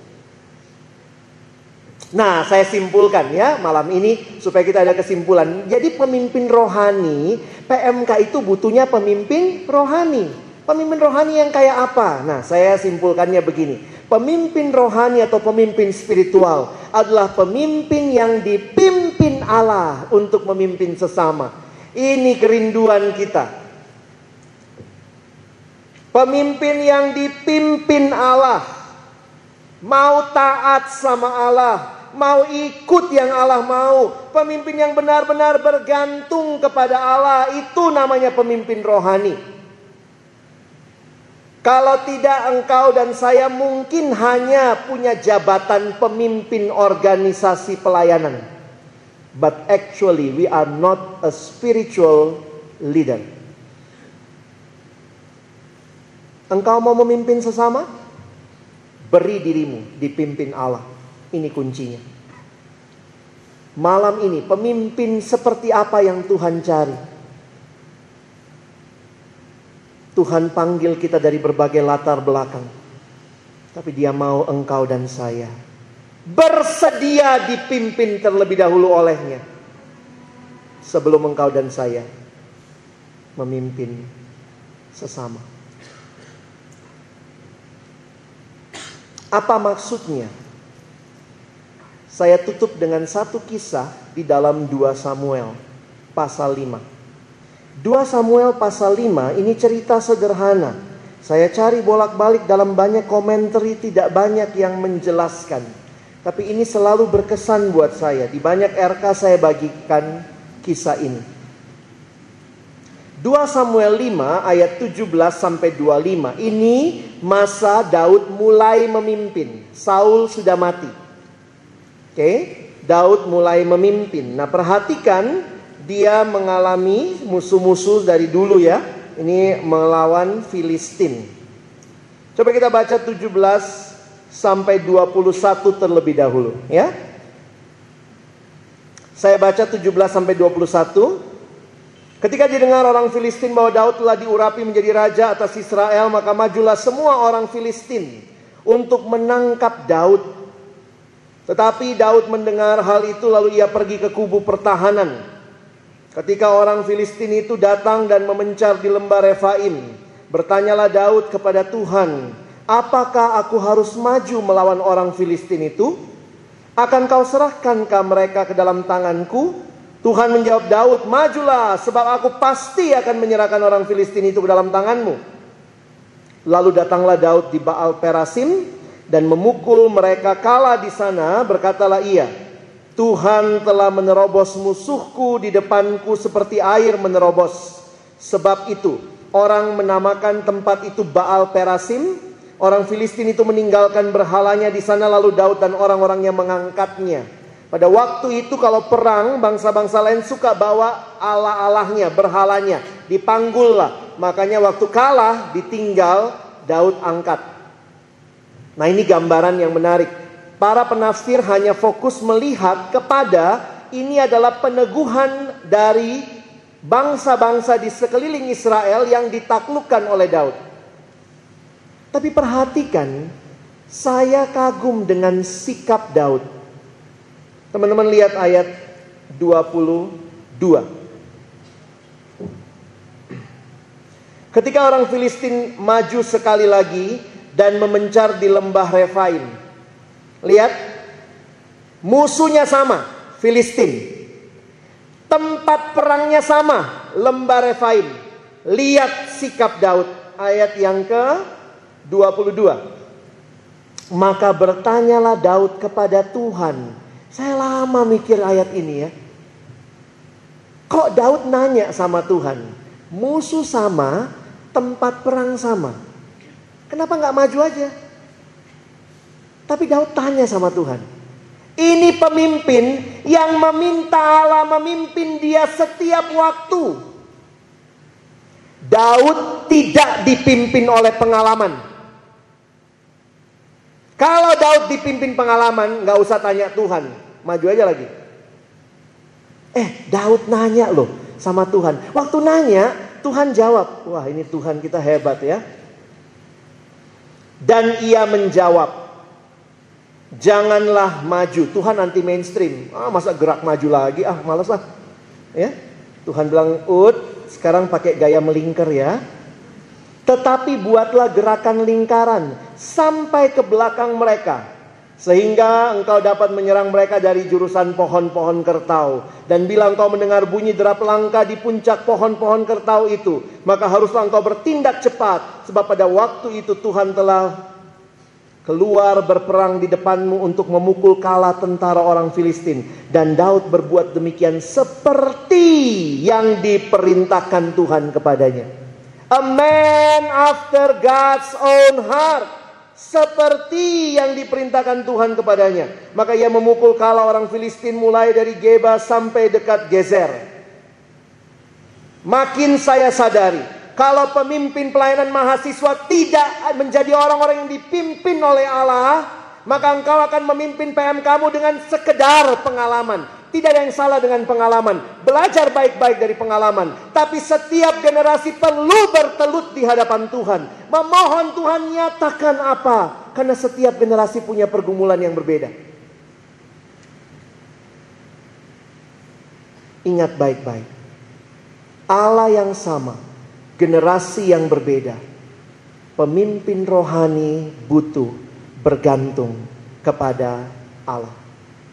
Nah, saya simpulkan ya malam ini supaya kita ada kesimpulan. Jadi pemimpin rohani, PMK itu butuhnya pemimpin rohani. Pemimpin rohani yang kayak apa? Nah, saya simpulkannya begini. Pemimpin rohani atau pemimpin spiritual adalah pemimpin yang dipimpin Allah untuk memimpin sesama. Ini kerinduan kita. Pemimpin yang dipimpin Allah, mau taat sama Allah, mau ikut yang Allah mau. Pemimpin yang benar-benar bergantung kepada Allah, itu namanya pemimpin rohani. Kalau tidak, engkau dan saya mungkin hanya punya jabatan pemimpin organisasi pelayanan. But actually we are not a spiritual leader. Engkau mau memimpin sesama? Beri dirimu dipimpin Allah. Ini kuncinya. Malam ini pemimpin seperti apa yang Tuhan cari? Tuhan panggil kita dari berbagai latar belakang. Tapi Dia mau engkau dan saya bersedia dipimpin terlebih dahulu olehnya. Sebelum engkau dan saya memimpin sesama. Apa maksudnya? Saya tutup dengan satu kisah di dalam 2 Samuel pasal 5. 2 Samuel pasal 5 ini cerita sederhana. Saya cari bolak-balik dalam banyak komentari, tidak banyak yang menjelaskan. Tapi ini selalu berkesan buat saya. Di banyak RK saya bagikan kisah ini. 2 Samuel 5 ayat 17 sampai 25. Ini masa Daud mulai memimpin. Saul sudah mati. Oke, Daud mulai memimpin. Nah, perhatikan dia mengalami musuh-musuh dari dulu ya. Ini melawan Filistin. Coba kita baca 17 sampai 21 terlebih dahulu, ya. Saya baca 17 sampai 21. Ketika didengar orang Filistin bahwa Daud telah diurapi menjadi raja atas Israel, maka majulah semua orang Filistin untuk menangkap Daud. Tetapi Daud mendengar hal itu, lalu ia pergi ke kubu pertahanan. Ketika orang Filistin itu datang dan memencar di lembah Refaim, bertanyalah Daud kepada Tuhan, apakah aku harus maju melawan orang Filistin itu? Akan kau serahkankah mereka ke dalam tanganku? Tuhan menjawab Daud, majulah, sebab aku pasti akan menyerahkan orang Filistin itu ke dalam tanganmu. Lalu datanglah Daud di Baal Perasim dan memukul mereka kalah di sana. Berkatalah ia, Tuhan telah menerobos musuhku di depanku seperti air menerobos. Sebab itu orang menamakan tempat itu Baal Perasim. Orang Filistin itu meninggalkan berhalanya di sana, lalu Daud dan orang-orangnya mengangkatnya. Pada waktu itu kalau perang, bangsa-bangsa lain suka bawa Allah-Allahnya, berhalanya, dipanggullah. Makanya waktu kalah, ditinggal, Daud angkat. Nah, ini gambaran yang menarik. Para penafsir hanya fokus melihat kepada ini adalah peneguhan dari bangsa-bangsa di sekeliling Israel yang ditaklukkan oleh Daud. Tapi perhatikan, saya kagum dengan sikap Daud. Teman-teman lihat ayat 22. Ketika orang Filistin maju sekali lagi dan memencar di lembah Refaim. Lihat, musuhnya sama, Filistin. Tempat perangnya sama, lembah Refaim. Lihat sikap Daud, ayat yang ke-22. Maka bertanyalah Daud kepada Tuhan. Saya lama mikir ayat ini ya. Kok Daud nanya sama Tuhan? Musuh sama, tempat perang sama. Kenapa gak maju aja? Tapi Daud tanya sama Tuhan. Ini pemimpin yang meminta Allah memimpin dia setiap waktu. Daud tidak dipimpin oleh pengalaman. Kalau Daud dipimpin pengalaman, gak usah tanya Tuhan, maju aja lagi. Daud nanya loh sama Tuhan. Waktu nanya, Tuhan jawab. Wah, ini Tuhan kita hebat ya. Dan ia menjawab, janganlah maju. Tuhan anti mainstream. Masa gerak maju lagi? Malas lah. Ya. Tuhan bilang, sekarang pakai gaya melingkar ya. Tetapi buatlah gerakan lingkaran sampai ke belakang mereka, sehingga engkau dapat menyerang mereka dari jurusan pohon-pohon kertau. Dan bila engkau mendengar bunyi derap langkah di puncak pohon-pohon kertau itu, maka haruslah engkau bertindak cepat, sebab pada waktu itu Tuhan telah keluar berperang di depanmu untuk memukul kalah tentara orang Filistin. Dan Daud berbuat demikian seperti yang diperintahkan Tuhan kepadanya. A man after God's own heart. Seperti yang diperintahkan Tuhan kepadanya. Maka ia memukul kalah orang Filistin mulai dari Geba sampai dekat Gezer. Makin saya sadari, kalau pemimpin pelayanan mahasiswa tidak menjadi orang-orang yang dipimpin oleh Allah, maka engkau akan memimpin PM kamu dengan sekedar pengalaman. Tidak ada yang salah dengan pengalaman. Belajar baik-baik dari pengalaman. Tapi setiap generasi perlu bertelut di hadapan Tuhan. Memohon Tuhan nyatakan apa. Karena setiap generasi punya pergumulan yang berbeda. Ingat baik-baik. Allah yang sama. Generasi yang berbeda. Pemimpin rohani butuh bergantung kepada Allah.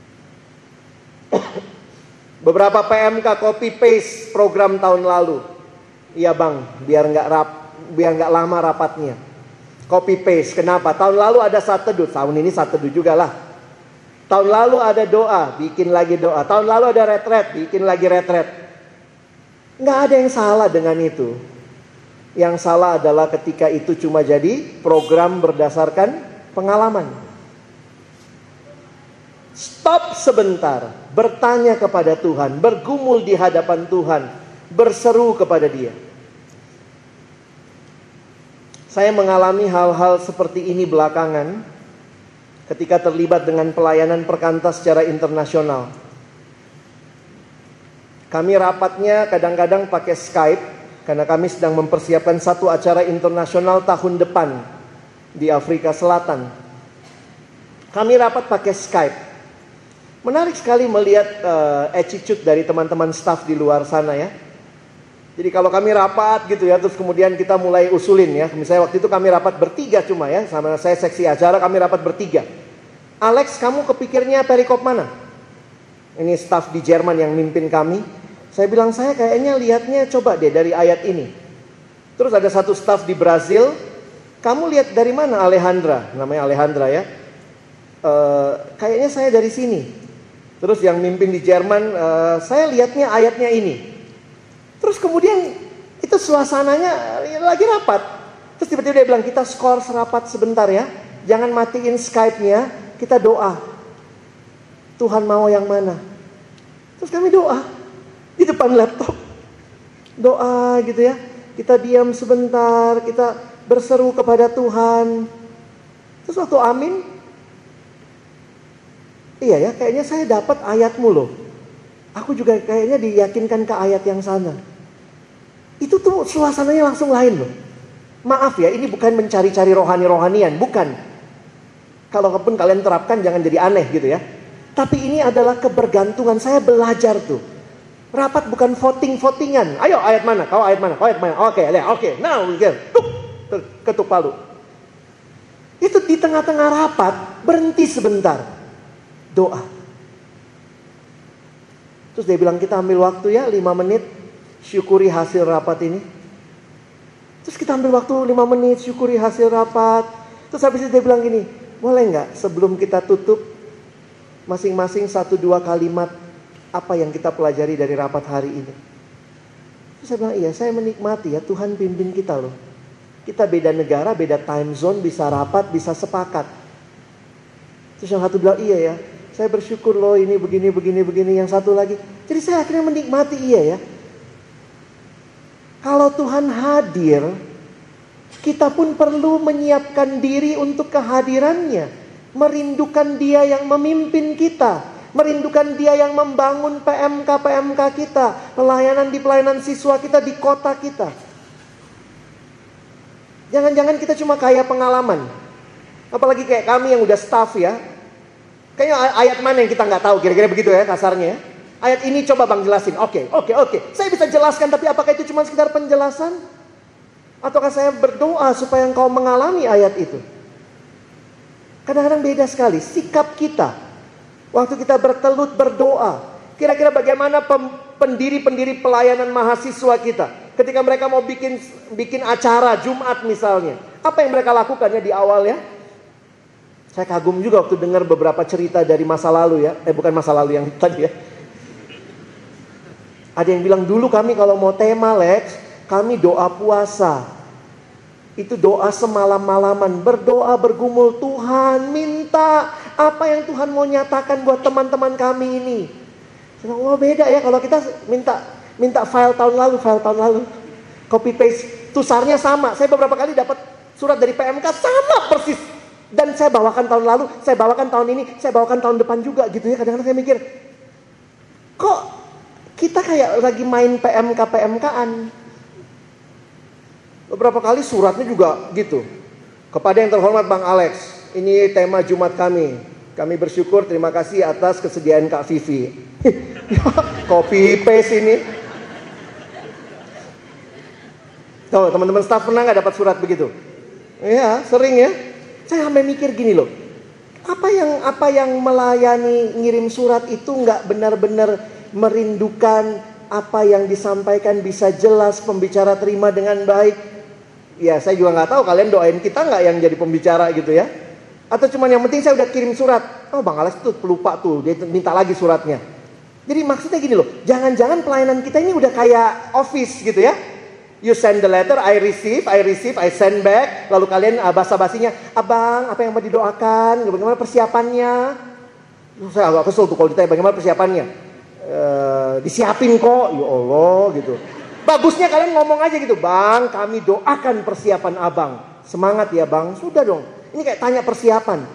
Beberapa PMK copy paste program tahun lalu. Iya bang, biar nggak lama rapatnya. Copy paste. Kenapa? Tahun lalu ada saat teduh, tahun ini saat teduh juga lah. Tahun lalu ada doa, bikin lagi doa. Tahun lalu ada retret, bikin lagi retret. Nggak ada yang salah dengan itu. Yang salah adalah ketika itu cuma jadi program berdasarkan pengalaman. Stop sebentar, bertanya kepada Tuhan, bergumul di hadapan Tuhan, berseru kepada Dia. Saya mengalami hal-hal seperti ini belakangan. ketika terlibat dengan pelayanan perkantas secara internasional. Kami rapatnya kadang-kadang pakai Skype, karena kami sedang mempersiapkan satu acara internasional tahun depan di Afrika Selatan. Kami rapat pakai Skype. Menarik sekali melihat attitude dari teman-teman staff di luar sana ya. Jadi kalau kami rapat gitu ya, terus kemudian kita mulai usulin ya. Misalnya waktu itu kami rapat bertiga cuma ya, sama saya seksi acara kami rapat bertiga. Alex, kamu kepikirnya perikop mana? Ini staff di Jerman yang mimpin kami. Saya bilang, saya kayaknya lihatnya coba deh dari ayat ini. Terus ada satu staff di Brazil, kamu lihat dari mana Alejandra? Namanya Alejandra ya. Kayaknya saya dari sini. Terus yang mimpin di Jerman, saya lihatnya ayatnya ini. Terus kemudian itu suasananya lagi rapat. Terus tiba-tiba dia bilang, kita skor serapat sebentar ya. Jangan matiin Skype-nya, kita doa. Tuhan mau yang mana? Terus kami doa di depan laptop. Doa gitu ya. Kita diam sebentar, kita berseru kepada Tuhan. Terus waktu amin, iya ya, kayaknya saya dapat ayatmu loh. Aku juga kayaknya diyakinkan ke ayat yang sana. Itu tuh suasananya langsung lain loh. Maaf ya, ini bukan mencari-cari rohani-rohanian, bukan. Kalaupun kalian terapkan jangan jadi aneh gitu ya. Tapi ini adalah kebergantungan. Saya belajar tuh. Rapat bukan voting-votingan. Ayo ayat mana? Kau ayat mana? Kau ayat mana? Oke. Now we go. Ketuk palu. Itu di tengah-tengah rapat berhenti sebentar. Doa. Terus dia bilang, kita ambil waktu ya 5 menit, syukuri hasil rapat ini. Terus kita ambil waktu 5 menit, syukuri hasil rapat. Terus habis itu dia bilang gini, boleh nggak sebelum kita tutup, masing-masing 1-2 kalimat apa yang kita pelajari dari rapat hari ini. Terus saya bilang, iya saya menikmati ya, Tuhan pimpin kita loh. Kita beda negara, beda time zone, bisa rapat, bisa sepakat. Terus yang satu bilang, iya ya, saya bersyukur loh ini begini. Yang satu lagi, jadi saya akhirnya menikmati, iya ya. Kalau Tuhan hadir, kita pun perlu menyiapkan diri untuk kehadirannya. Merindukan Dia yang memimpin kita. Merindukan Dia yang membangun PMK kita. Pelayanan di pelayanan siswa kita di kota kita. Jangan-jangan kita cuma kaya pengalaman. Apalagi kayak kami yang udah staff ya. Kayaknya ayat mana yang kita nggak tahu, kira-kira begitu ya kasarnya ya. Ayat ini coba Bang jelasin. Oke. Saya bisa jelaskan, tapi apakah itu cuma sekedar penjelasan? Ataukah saya berdoa supaya engkau mengalami ayat itu? Kadang-kadang beda sekali sikap kita. Waktu kita bertelut berdoa. Kira-kira bagaimana pendiri-pendiri pelayanan mahasiswa kita? Ketika mereka mau bikin acara Jumat misalnya. Apa yang mereka lakukannya di awal ya? Saya kagum juga waktu dengar beberapa cerita dari masa lalu ya. Bukan masa lalu yang tadi ya. Ada yang bilang dulu kami kalau mau tema Lex, kami doa puasa. Itu doa semalam-malaman. Berdoa bergumul, Tuhan minta apa yang Tuhan mau nyatakan buat teman-teman kami ini. Saya bilang, wah beda ya kalau kita minta file tahun lalu. Copy paste. Tusarnya sama. Saya beberapa kali dapat surat dari PMK sama persis. Dan saya bawakan tahun lalu, saya bawakan tahun ini, saya bawakan tahun depan juga gitu ya. Kadang-kadang saya mikir, kok kita kayak lagi main PMK-PMK-an. Beberapa kali suratnya juga gitu. Kepada yang terhormat Bang Alex, ini tema Jumat kami. Kami bersyukur, terima kasih atas kesediaan Kak Vivi. Copy paste ini. Tuh, teman-teman staff pernah gak dapat surat begitu? Iya, sering ya. Saya sampai mikir gini loh. Apa yang melayani ngirim surat itu gak benar-benar merindukan apa yang disampaikan bisa jelas, pembicara terima dengan baik. Ya saya juga gak tahu kalian doain kita gak yang jadi pembicara gitu ya. Atau cuman yang penting saya udah kirim surat. Oh Bang Alex tuh pelupa tuh, dia minta lagi suratnya. Jadi maksudnya gini loh, jangan-jangan pelayanan kita ini udah kayak office gitu ya. You send the letter, I receive, I send back. Lalu kalian basa-basinya, abang apa yang mau didoakan, bagaimana persiapannya. Saya agak kesel tuh kalau ditanya bagaimana persiapannya. Disiapin kok, ya Allah gitu. Bagusnya kalian ngomong aja gitu, bang kami doakan persiapan abang. Semangat ya bang, sudah dong. Ini kayak tanya persiapan.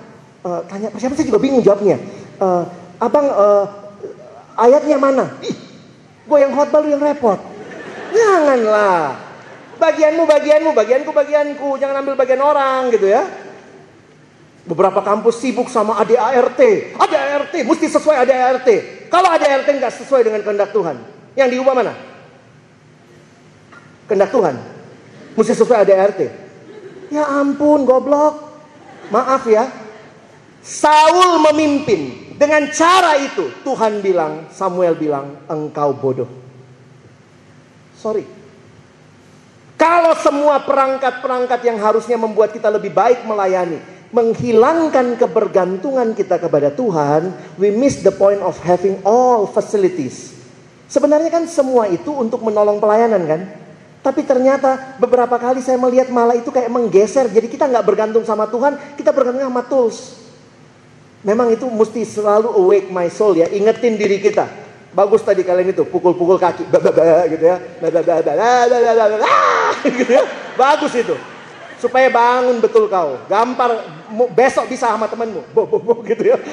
tanya siapa, saya juga bingung jawabnya. Abang, ayatnya mana? Ih, gue yang khotbah, lu yang repot. Janganlah. Bagianmu, bagianku. Jangan ambil bagian orang gitu ya. Beberapa kampus sibuk sama ADART. ADART, mesti sesuai ADART. Kalau ADART nggak sesuai dengan kehendak Tuhan, yang diubah mana? Kehendak Tuhan. Mesti sesuai ADART. Ya ampun, goblok. Maaf ya. Saul memimpin. Dengan cara itu, Tuhan bilang, Samuel bilang, engkau bodoh. Sorry. Kalau semua perangkat-perangkat yang harusnya membuat kita lebih baik melayani, menghilangkan kebergantungan kita kepada Tuhan, we miss the point of having all facilities. Sebenarnya kan semua itu untuk menolong pelayanan kan? Tapi ternyata beberapa kali saya melihat malah itu kayak menggeser. Jadi kita nggak bergantung sama Tuhan, kita bergantung sama tools. Memang itu mesti selalu awake my soul ya, ingetin diri kita. Bagus tadi kalian itu pukul-pukul kaki, gitu ya, gitu ya. Bagus itu, supaya bangun betul kau. Gampar besok bisa sama temanmu, gitu ya.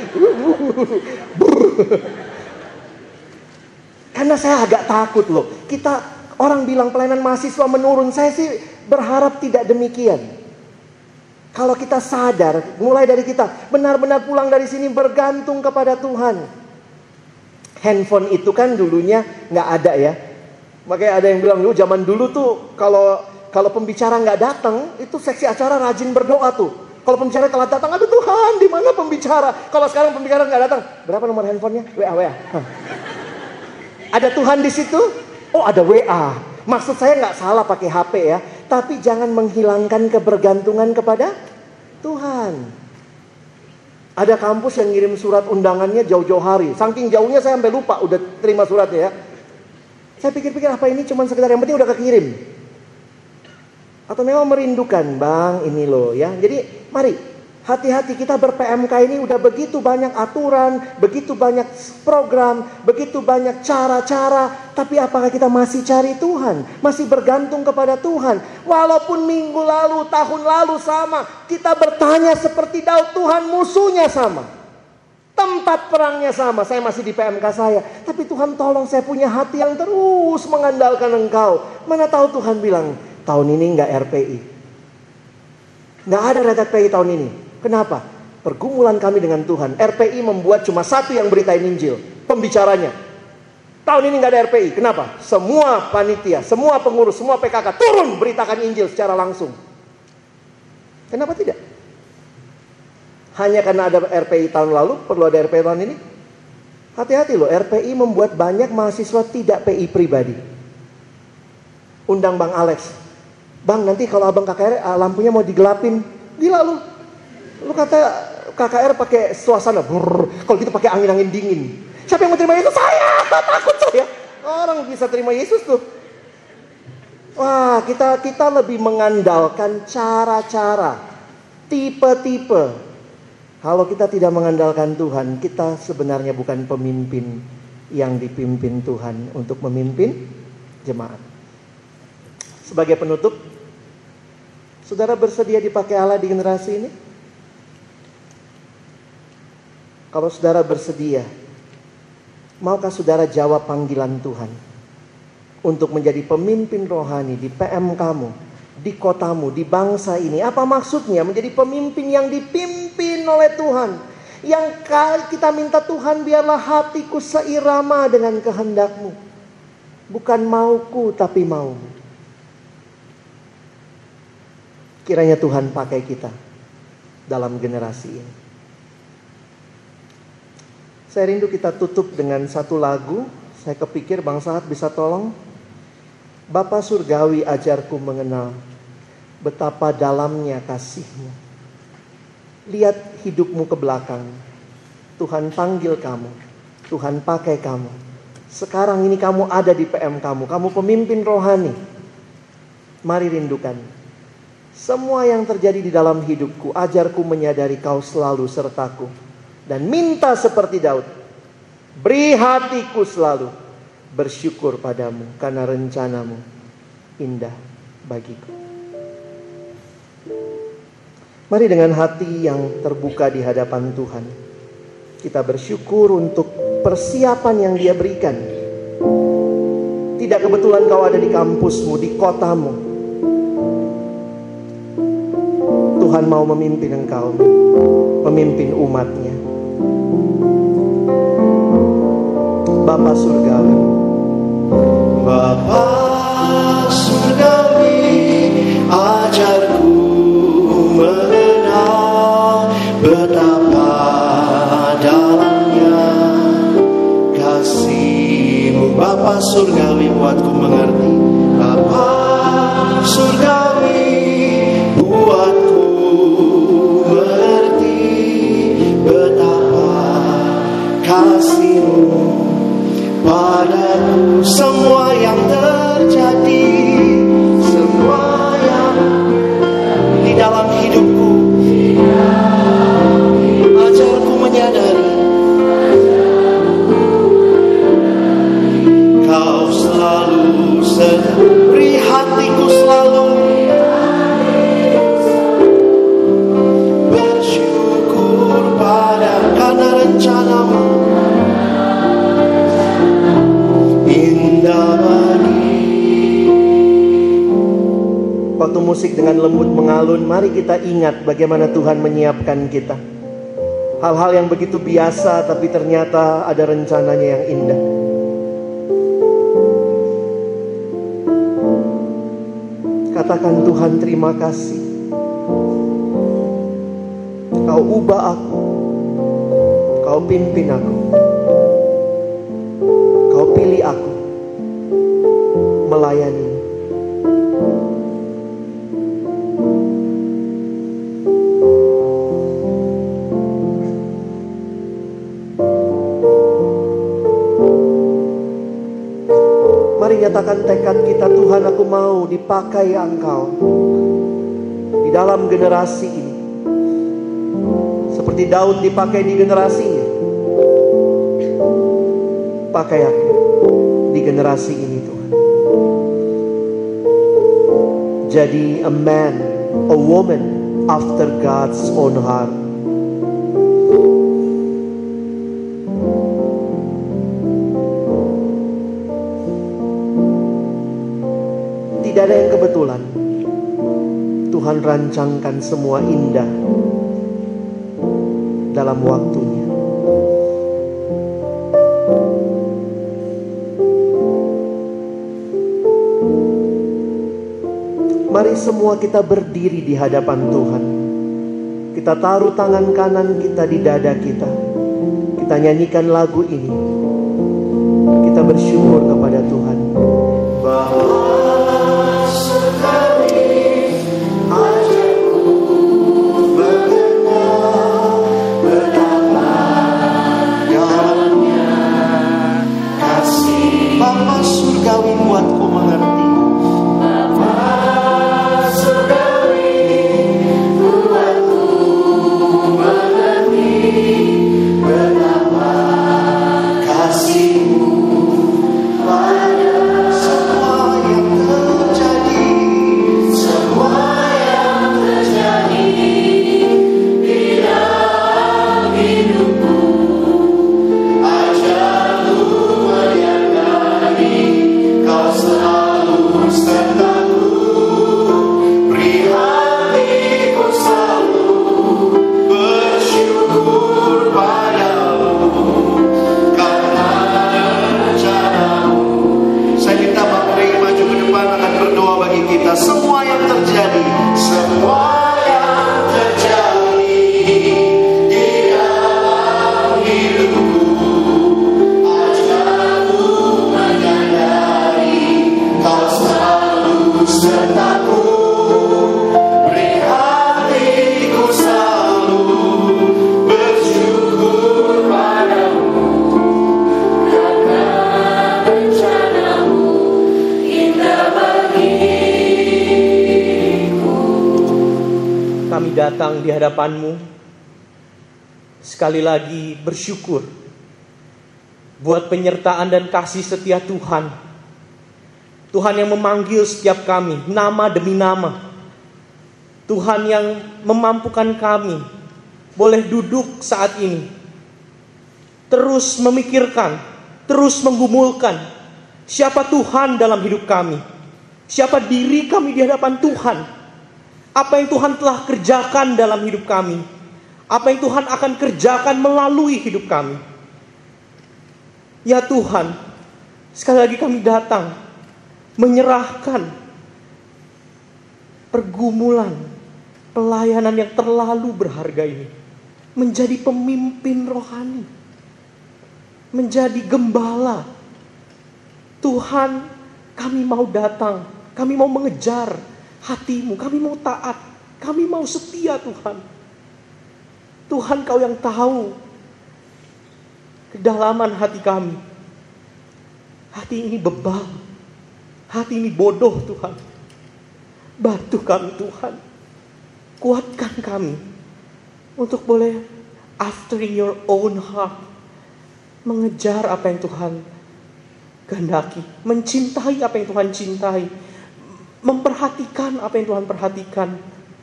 Karena saya agak takut loh. Kita orang bilang pelayanan mahasiswa menurun, saya sih berharap tidak demikian. Kalau kita sadar, mulai dari kita benar-benar pulang dari sini bergantung kepada Tuhan. Handphone itu kan dulunya nggak ada ya. Makanya ada yang bilang dulu zaman dulu tuh kalau pembicara nggak datang, itu seksi acara rajin berdoa tuh. Kalau pembicara telat datang, aduh Tuhan, di mana pembicara? Kalau sekarang pembicara nggak datang, berapa nomor handphonenya? WA. Ada Tuhan di situ? Oh ada WA. Maksud saya nggak salah pakai HP ya. Tapi jangan menghilangkan kebergantungan kepada Tuhan. Ada kampus yang ngirim surat undangannya jauh-jauh hari. Saking jauhnya saya sampai lupa udah terima suratnya ya. Saya pikir-pikir apa ini cuma sekedar yang penting udah kekirim. Atau memang merindukan, Bang, ini loh ya. Jadi mari hati-hati, kita ber-PMK ini udah begitu banyak aturan, begitu banyak program, begitu banyak cara-cara. Tapi apakah kita masih cari Tuhan? Masih bergantung kepada Tuhan? Walaupun minggu lalu, tahun lalu sama, kita bertanya seperti Daud, Tuhan musuhnya sama. Tempat perangnya sama, saya masih di PMK saya. Tapi Tuhan tolong saya punya hati yang terus mengandalkan Engkau. Mana tahu Tuhan bilang, tahun ini nggak RPI. Nggak ada RPI tahun ini. Kenapa? Pergumulan kami dengan Tuhan. RPI membuat cuma satu yang beritain Injil, pembicaranya. Tahun ini nggak ada RPI. Kenapa? Semua panitia, semua pengurus, semua PKK turun beritakan Injil secara langsung. Kenapa tidak? Hanya karena ada RPI tahun lalu, perlu ada RPI tahun ini? Hati-hati loh, RPI membuat banyak mahasiswa tidak PI pribadi. Undang Bang Alex. Bang, nanti kalau abang KKR lampunya mau digelapin. Gila lu. Lu kata KKR pakai suasana, kalau gitu pakai angin-angin dingin. Siapa yang mau terima Yesus? Saya, takut saya. Orang bisa terima Yesus tuh. Wah, kita lebih mengandalkan cara-cara, tipe-tipe. Kalau kita tidak mengandalkan Tuhan, kita sebenarnya bukan pemimpin yang dipimpin Tuhan untuk memimpin jemaat. Sebagai penutup, saudara bersedia dipakai Allah di generasi ini? Kalau saudara bersedia, maukah saudara jawab panggilan Tuhan untuk menjadi pemimpin rohani di PM kamu, di kotamu, di bangsa ini? Apa maksudnya menjadi pemimpin yang dipimpin oleh Tuhan? Yang kita minta Tuhan, biarlah hatiku seirama dengan kehendak-Mu. Bukan mauku tapi mau-Mu. Kiranya Tuhan pakai kita dalam generasi ini. Saya rindu kita tutup dengan satu lagu. Saya kepikir Bang Sahat bisa tolong. Bapa Surgawi, ajarku mengenal betapa dalamnya kasih-Mu. Lihat hidupmu ke belakang. Tuhan panggil kamu. Tuhan pakai kamu. Sekarang ini kamu ada di PM kamu. Kamu pemimpin rohani. Mari rindukan. Semua yang terjadi di dalam hidupku, ajarku menyadari Kau selalu sertaku. Dan minta seperti Daud, beri hatiku selalu bersyukur padamu, karena rencanamu indah bagiku. Mari dengan hati yang terbuka di hadapan Tuhan, kita bersyukur untuk persiapan yang Dia berikan. Tidak kebetulan kau ada di kampusmu, di kotamu. Tuhan mau memimpin engkau, memimpin umatnya. Bapa Surgawi, Bapa Surgawi, ajarku mengenal betapa dalamnya kasih-Mu. Bapa Surgawi, buatku mengerti. Bapa Surgawi, buatku mengerti betapa kasih-Mu padaku. Semua yang terjadi, semua yang di dalam hidupku, ajarku menyadari Kau selalu beri hatiku selalu bersyukur pada karena rencana-Mu indah bagi. waktu musik dengan lembut mengalun, mari kita ingat bagaimana Tuhan menyiapkan kita. Hal-hal yang begitu biasa tapi ternyata ada rencananya yang indah. Katakan, Tuhan terima kasih. Kau ubah aku, Kau pimpin aku, Kau pilih aku melayani. Mari nyatakan tekad kita, Tuhan aku mau dipakai Engkau di dalam generasi ini. Seperti Daud dipakai di generasinya, pakai aku di generasi ini Tuhan. Jadi a man, a woman after God's own heart. Tidak ada yang kebetulan. Tuhan rancangkan semua indah dalam waktunya. Mari semua kita berdiri di hadapan Tuhan. Kita taruh tangan kanan kita di dada kita. Kita nyanyikan lagu ini. Kita bersyukur kepada Tuhan. Bapa Surgawi, buatku mengerti. Bapa Surgawi, buatku mengerti betapa kasih-Mu pada semua yang terjadi, semua yang terjadi di dalam hidupku. Ajarku menyadari Kau selalu sertaku, beri hatiku selalu bersyukur padamu karena rencana-Mu. Saya minta Bapak Rey maju ke depan, akan berdoa bagi kita. Semua yang terjadi, semua yang terjadi di dalam hidupku, ajarku menyadari Kau selalu sertaku, beri hatiku selalu bersyukur padamu karena rencana-Mu indah bagiku. Kami datang di hadapan-Mu sekali lagi bersyukur buat penyertaan dan kasih setia Tuhan. Tuhan yang memanggil setiap kami nama demi nama. Tuhan yang memampukan kami boleh duduk saat ini, terus memikirkan, terus menggumulkan siapa Tuhan dalam hidup kami, siapa diri kami di hadapan Tuhan, apa yang Tuhan telah kerjakan dalam hidup kami, apa yang Tuhan akan kerjakan melalui hidup kami. Ya Tuhan, sekali lagi kami datang menyerahkan pergumulan pelayanan yang terlalu berharga ini, menjadi pemimpin rohani, menjadi gembala. Tuhan, kami mau datang, kami mau mengejar hati-Mu, kami mau taat, kami mau setia Tuhan. Tuhan, Kau yang tahu kedalaman hati kami. Hati ini bebal, hati ini bodoh Tuhan. Bantu kami Tuhan, kuatkan kami untuk boleh after your own heart, mengejar apa yang Tuhan kehendaki, mencintai apa yang Tuhan cintai, memperhatikan apa yang Tuhan perhatikan.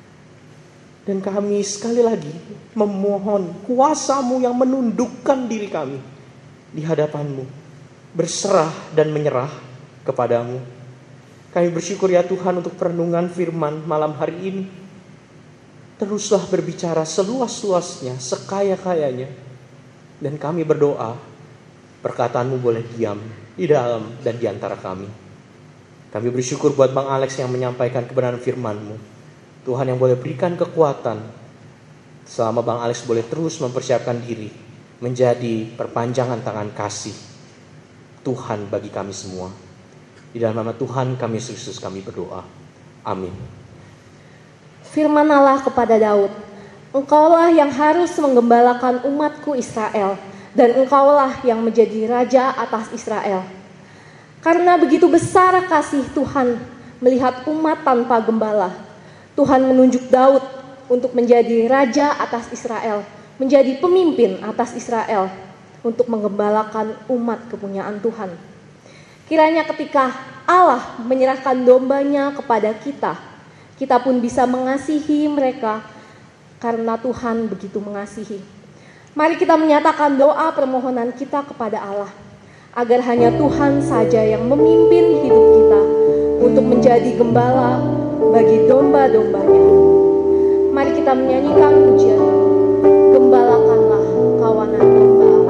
Dan kami sekali lagi memohon kuasa-Mu yang menundukkan diri kami di hadapan-Mu, berserah dan menyerah kepadamu. Kami bersyukur ya Tuhan untuk perenungan firman malam hari ini. Teruslah berbicara seluas-luasnya, sekaya-kayanya. Dan kami berdoa, perkataan-Mu boleh diam di dalam dan di antara kami. Kami bersyukur buat Bang Alex yang menyampaikan kebenaran firman-Mu. Tuhan yang boleh berikan kekuatan selama Bang Alex boleh terus mempersiapkan diri menjadi perpanjangan tangan kasih Tuhan bagi kami semua. Di dalam nama Tuhan kami Yesus Kristus kami berdoa. Amin. Firman Allah kepada Daud, Engkaulah yang harus menggembalakan umatku Israel, dan Engkaulah yang menjadi raja atas Israel. Karena begitu besar kasih Tuhan melihat umat tanpa gembala, Tuhan menunjuk Daud untuk menjadi raja atas Israel, menjadi pemimpin atas Israel, untuk menggembalakan umat kepunyaan Tuhan. Kiranya ketika Allah menyerahkan dombanya kepada kita, kita pun bisa mengasihi mereka karena Tuhan begitu mengasihi. Mari kita menyatakan doa permohonan kita kepada Allah, agar hanya Tuhan saja yang memimpin hidup kita untuk menjadi gembala bagi domba-dombanya. Mari kita menyanyikan pujian, gembalakanlah kawanan domba Allah.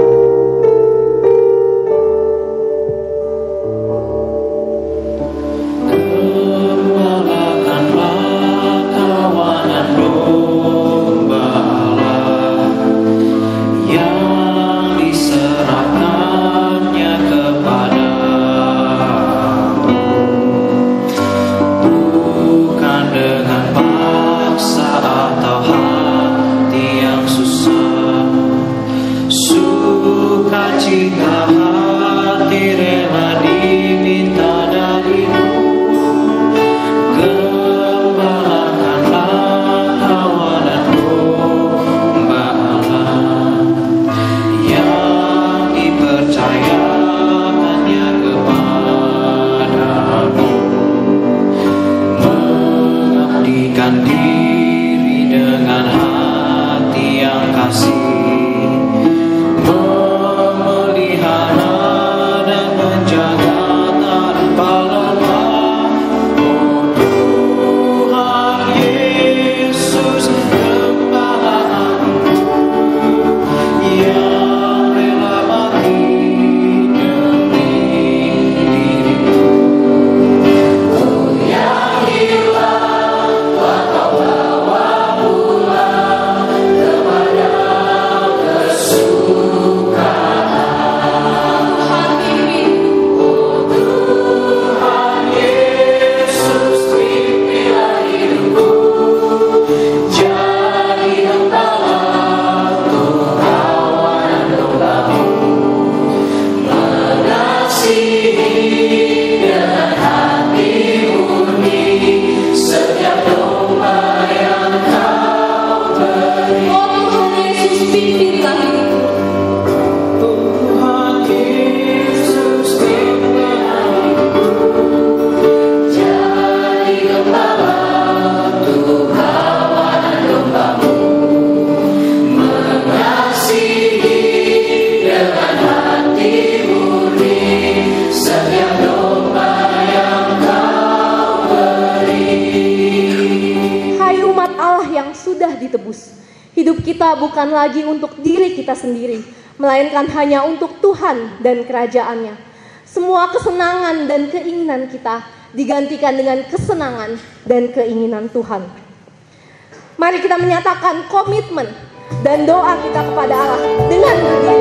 Hidup kita bukan lagi untuk diri kita sendiri, melainkan hanya untuk Tuhan dan kerajaannya. Semua kesenangan dan keinginan kita digantikan dengan kesenangan dan keinginan Tuhan. Mari kita menyatakan komitmen dan doa kita kepada Allah dengan berdiri.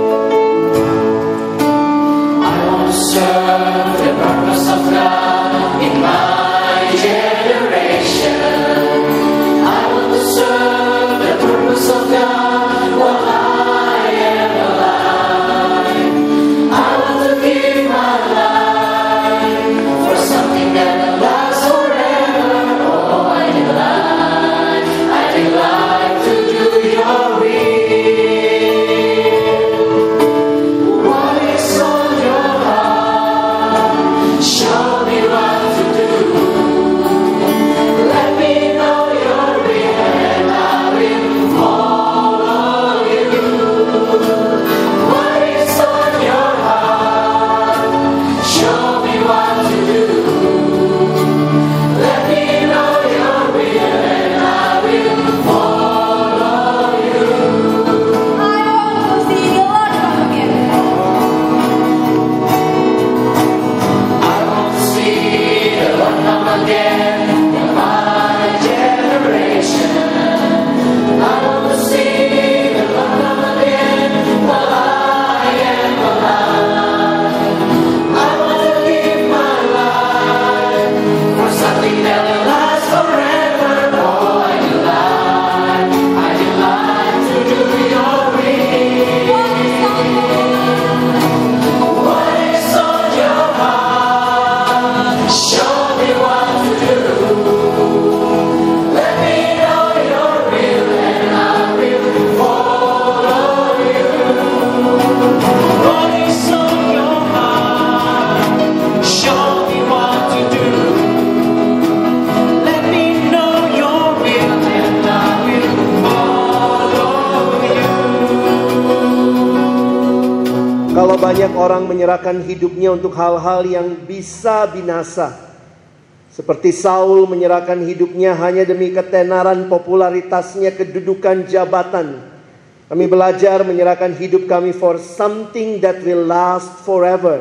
I want to serve the purpose of God in my generation. I want to serve the purpose of God while I am alive. I want to give my life for something that will last forever. Oh, I delight to do your will. What is on your heart? Show me what to do. Let me know your will and I will follow you. What is on your heart? Show me what to do. Let me know your will and I will follow you. I want to see the Lord come again. I want to see the Lord come again in my generation. I want to see the Lord come again while I am alive. I want to give my life for something that will last forever. Oh, I delight to do your will. What is on your heart? Show me what to do. Let me know your will and I will follow you. What is on your heart? Show me what to do. Let me know your will and I will follow you. Kalau banyak orang menyerahkan hidupnya untuk hal-hal yang bisa binasa, seperti Saul menyerahkan hidupnya hanya demi ketenaran popularitasnya, kedudukan, jabatan, kami belajar menyerahkan hidup kami for something that will last forever,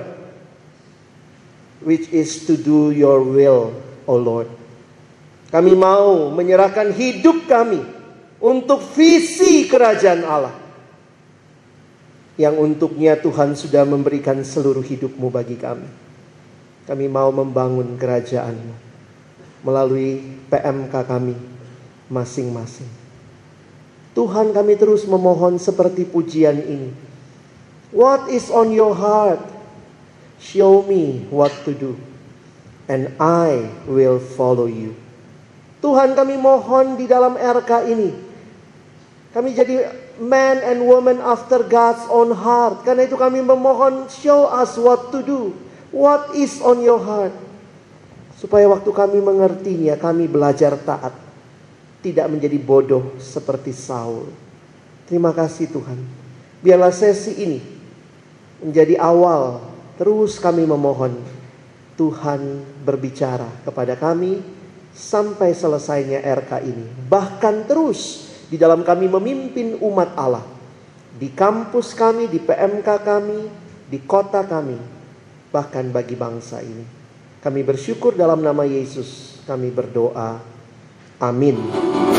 which is to do your will, O Lord. Kami mau menyerahkan hidup kami untuk visi kerajaan Allah, yang untuknya Tuhan sudah memberikan seluruh hidupmu bagi kami. Kami mau membangun kerajaan-Mu melalui PMK kami masing-masing. Tuhan, kami terus memohon seperti pujian ini. What is on your heart? Show me what to do, and I will follow you. Tuhan, kami mohon di dalam RK ini, kami jadi man and woman after God's own heart. Karena itu kami memohon, show us what to do. What is on your heart? Supaya waktu kami mengertinya, kami belajar taat. Tidak menjadi bodoh seperti Saul. Terima kasih Tuhan. Biarlah sesi ini menjadi awal. Terus kami memohon Tuhan berbicara kepada kami sampai selesainya RK ini. Bahkan terus di dalam kami memimpin umat Allah, di kampus kami, di PMK kami, di kota kami, bahkan bagi bangsa ini. Kami bersyukur dalam nama Yesus, kami berdoa. Amin.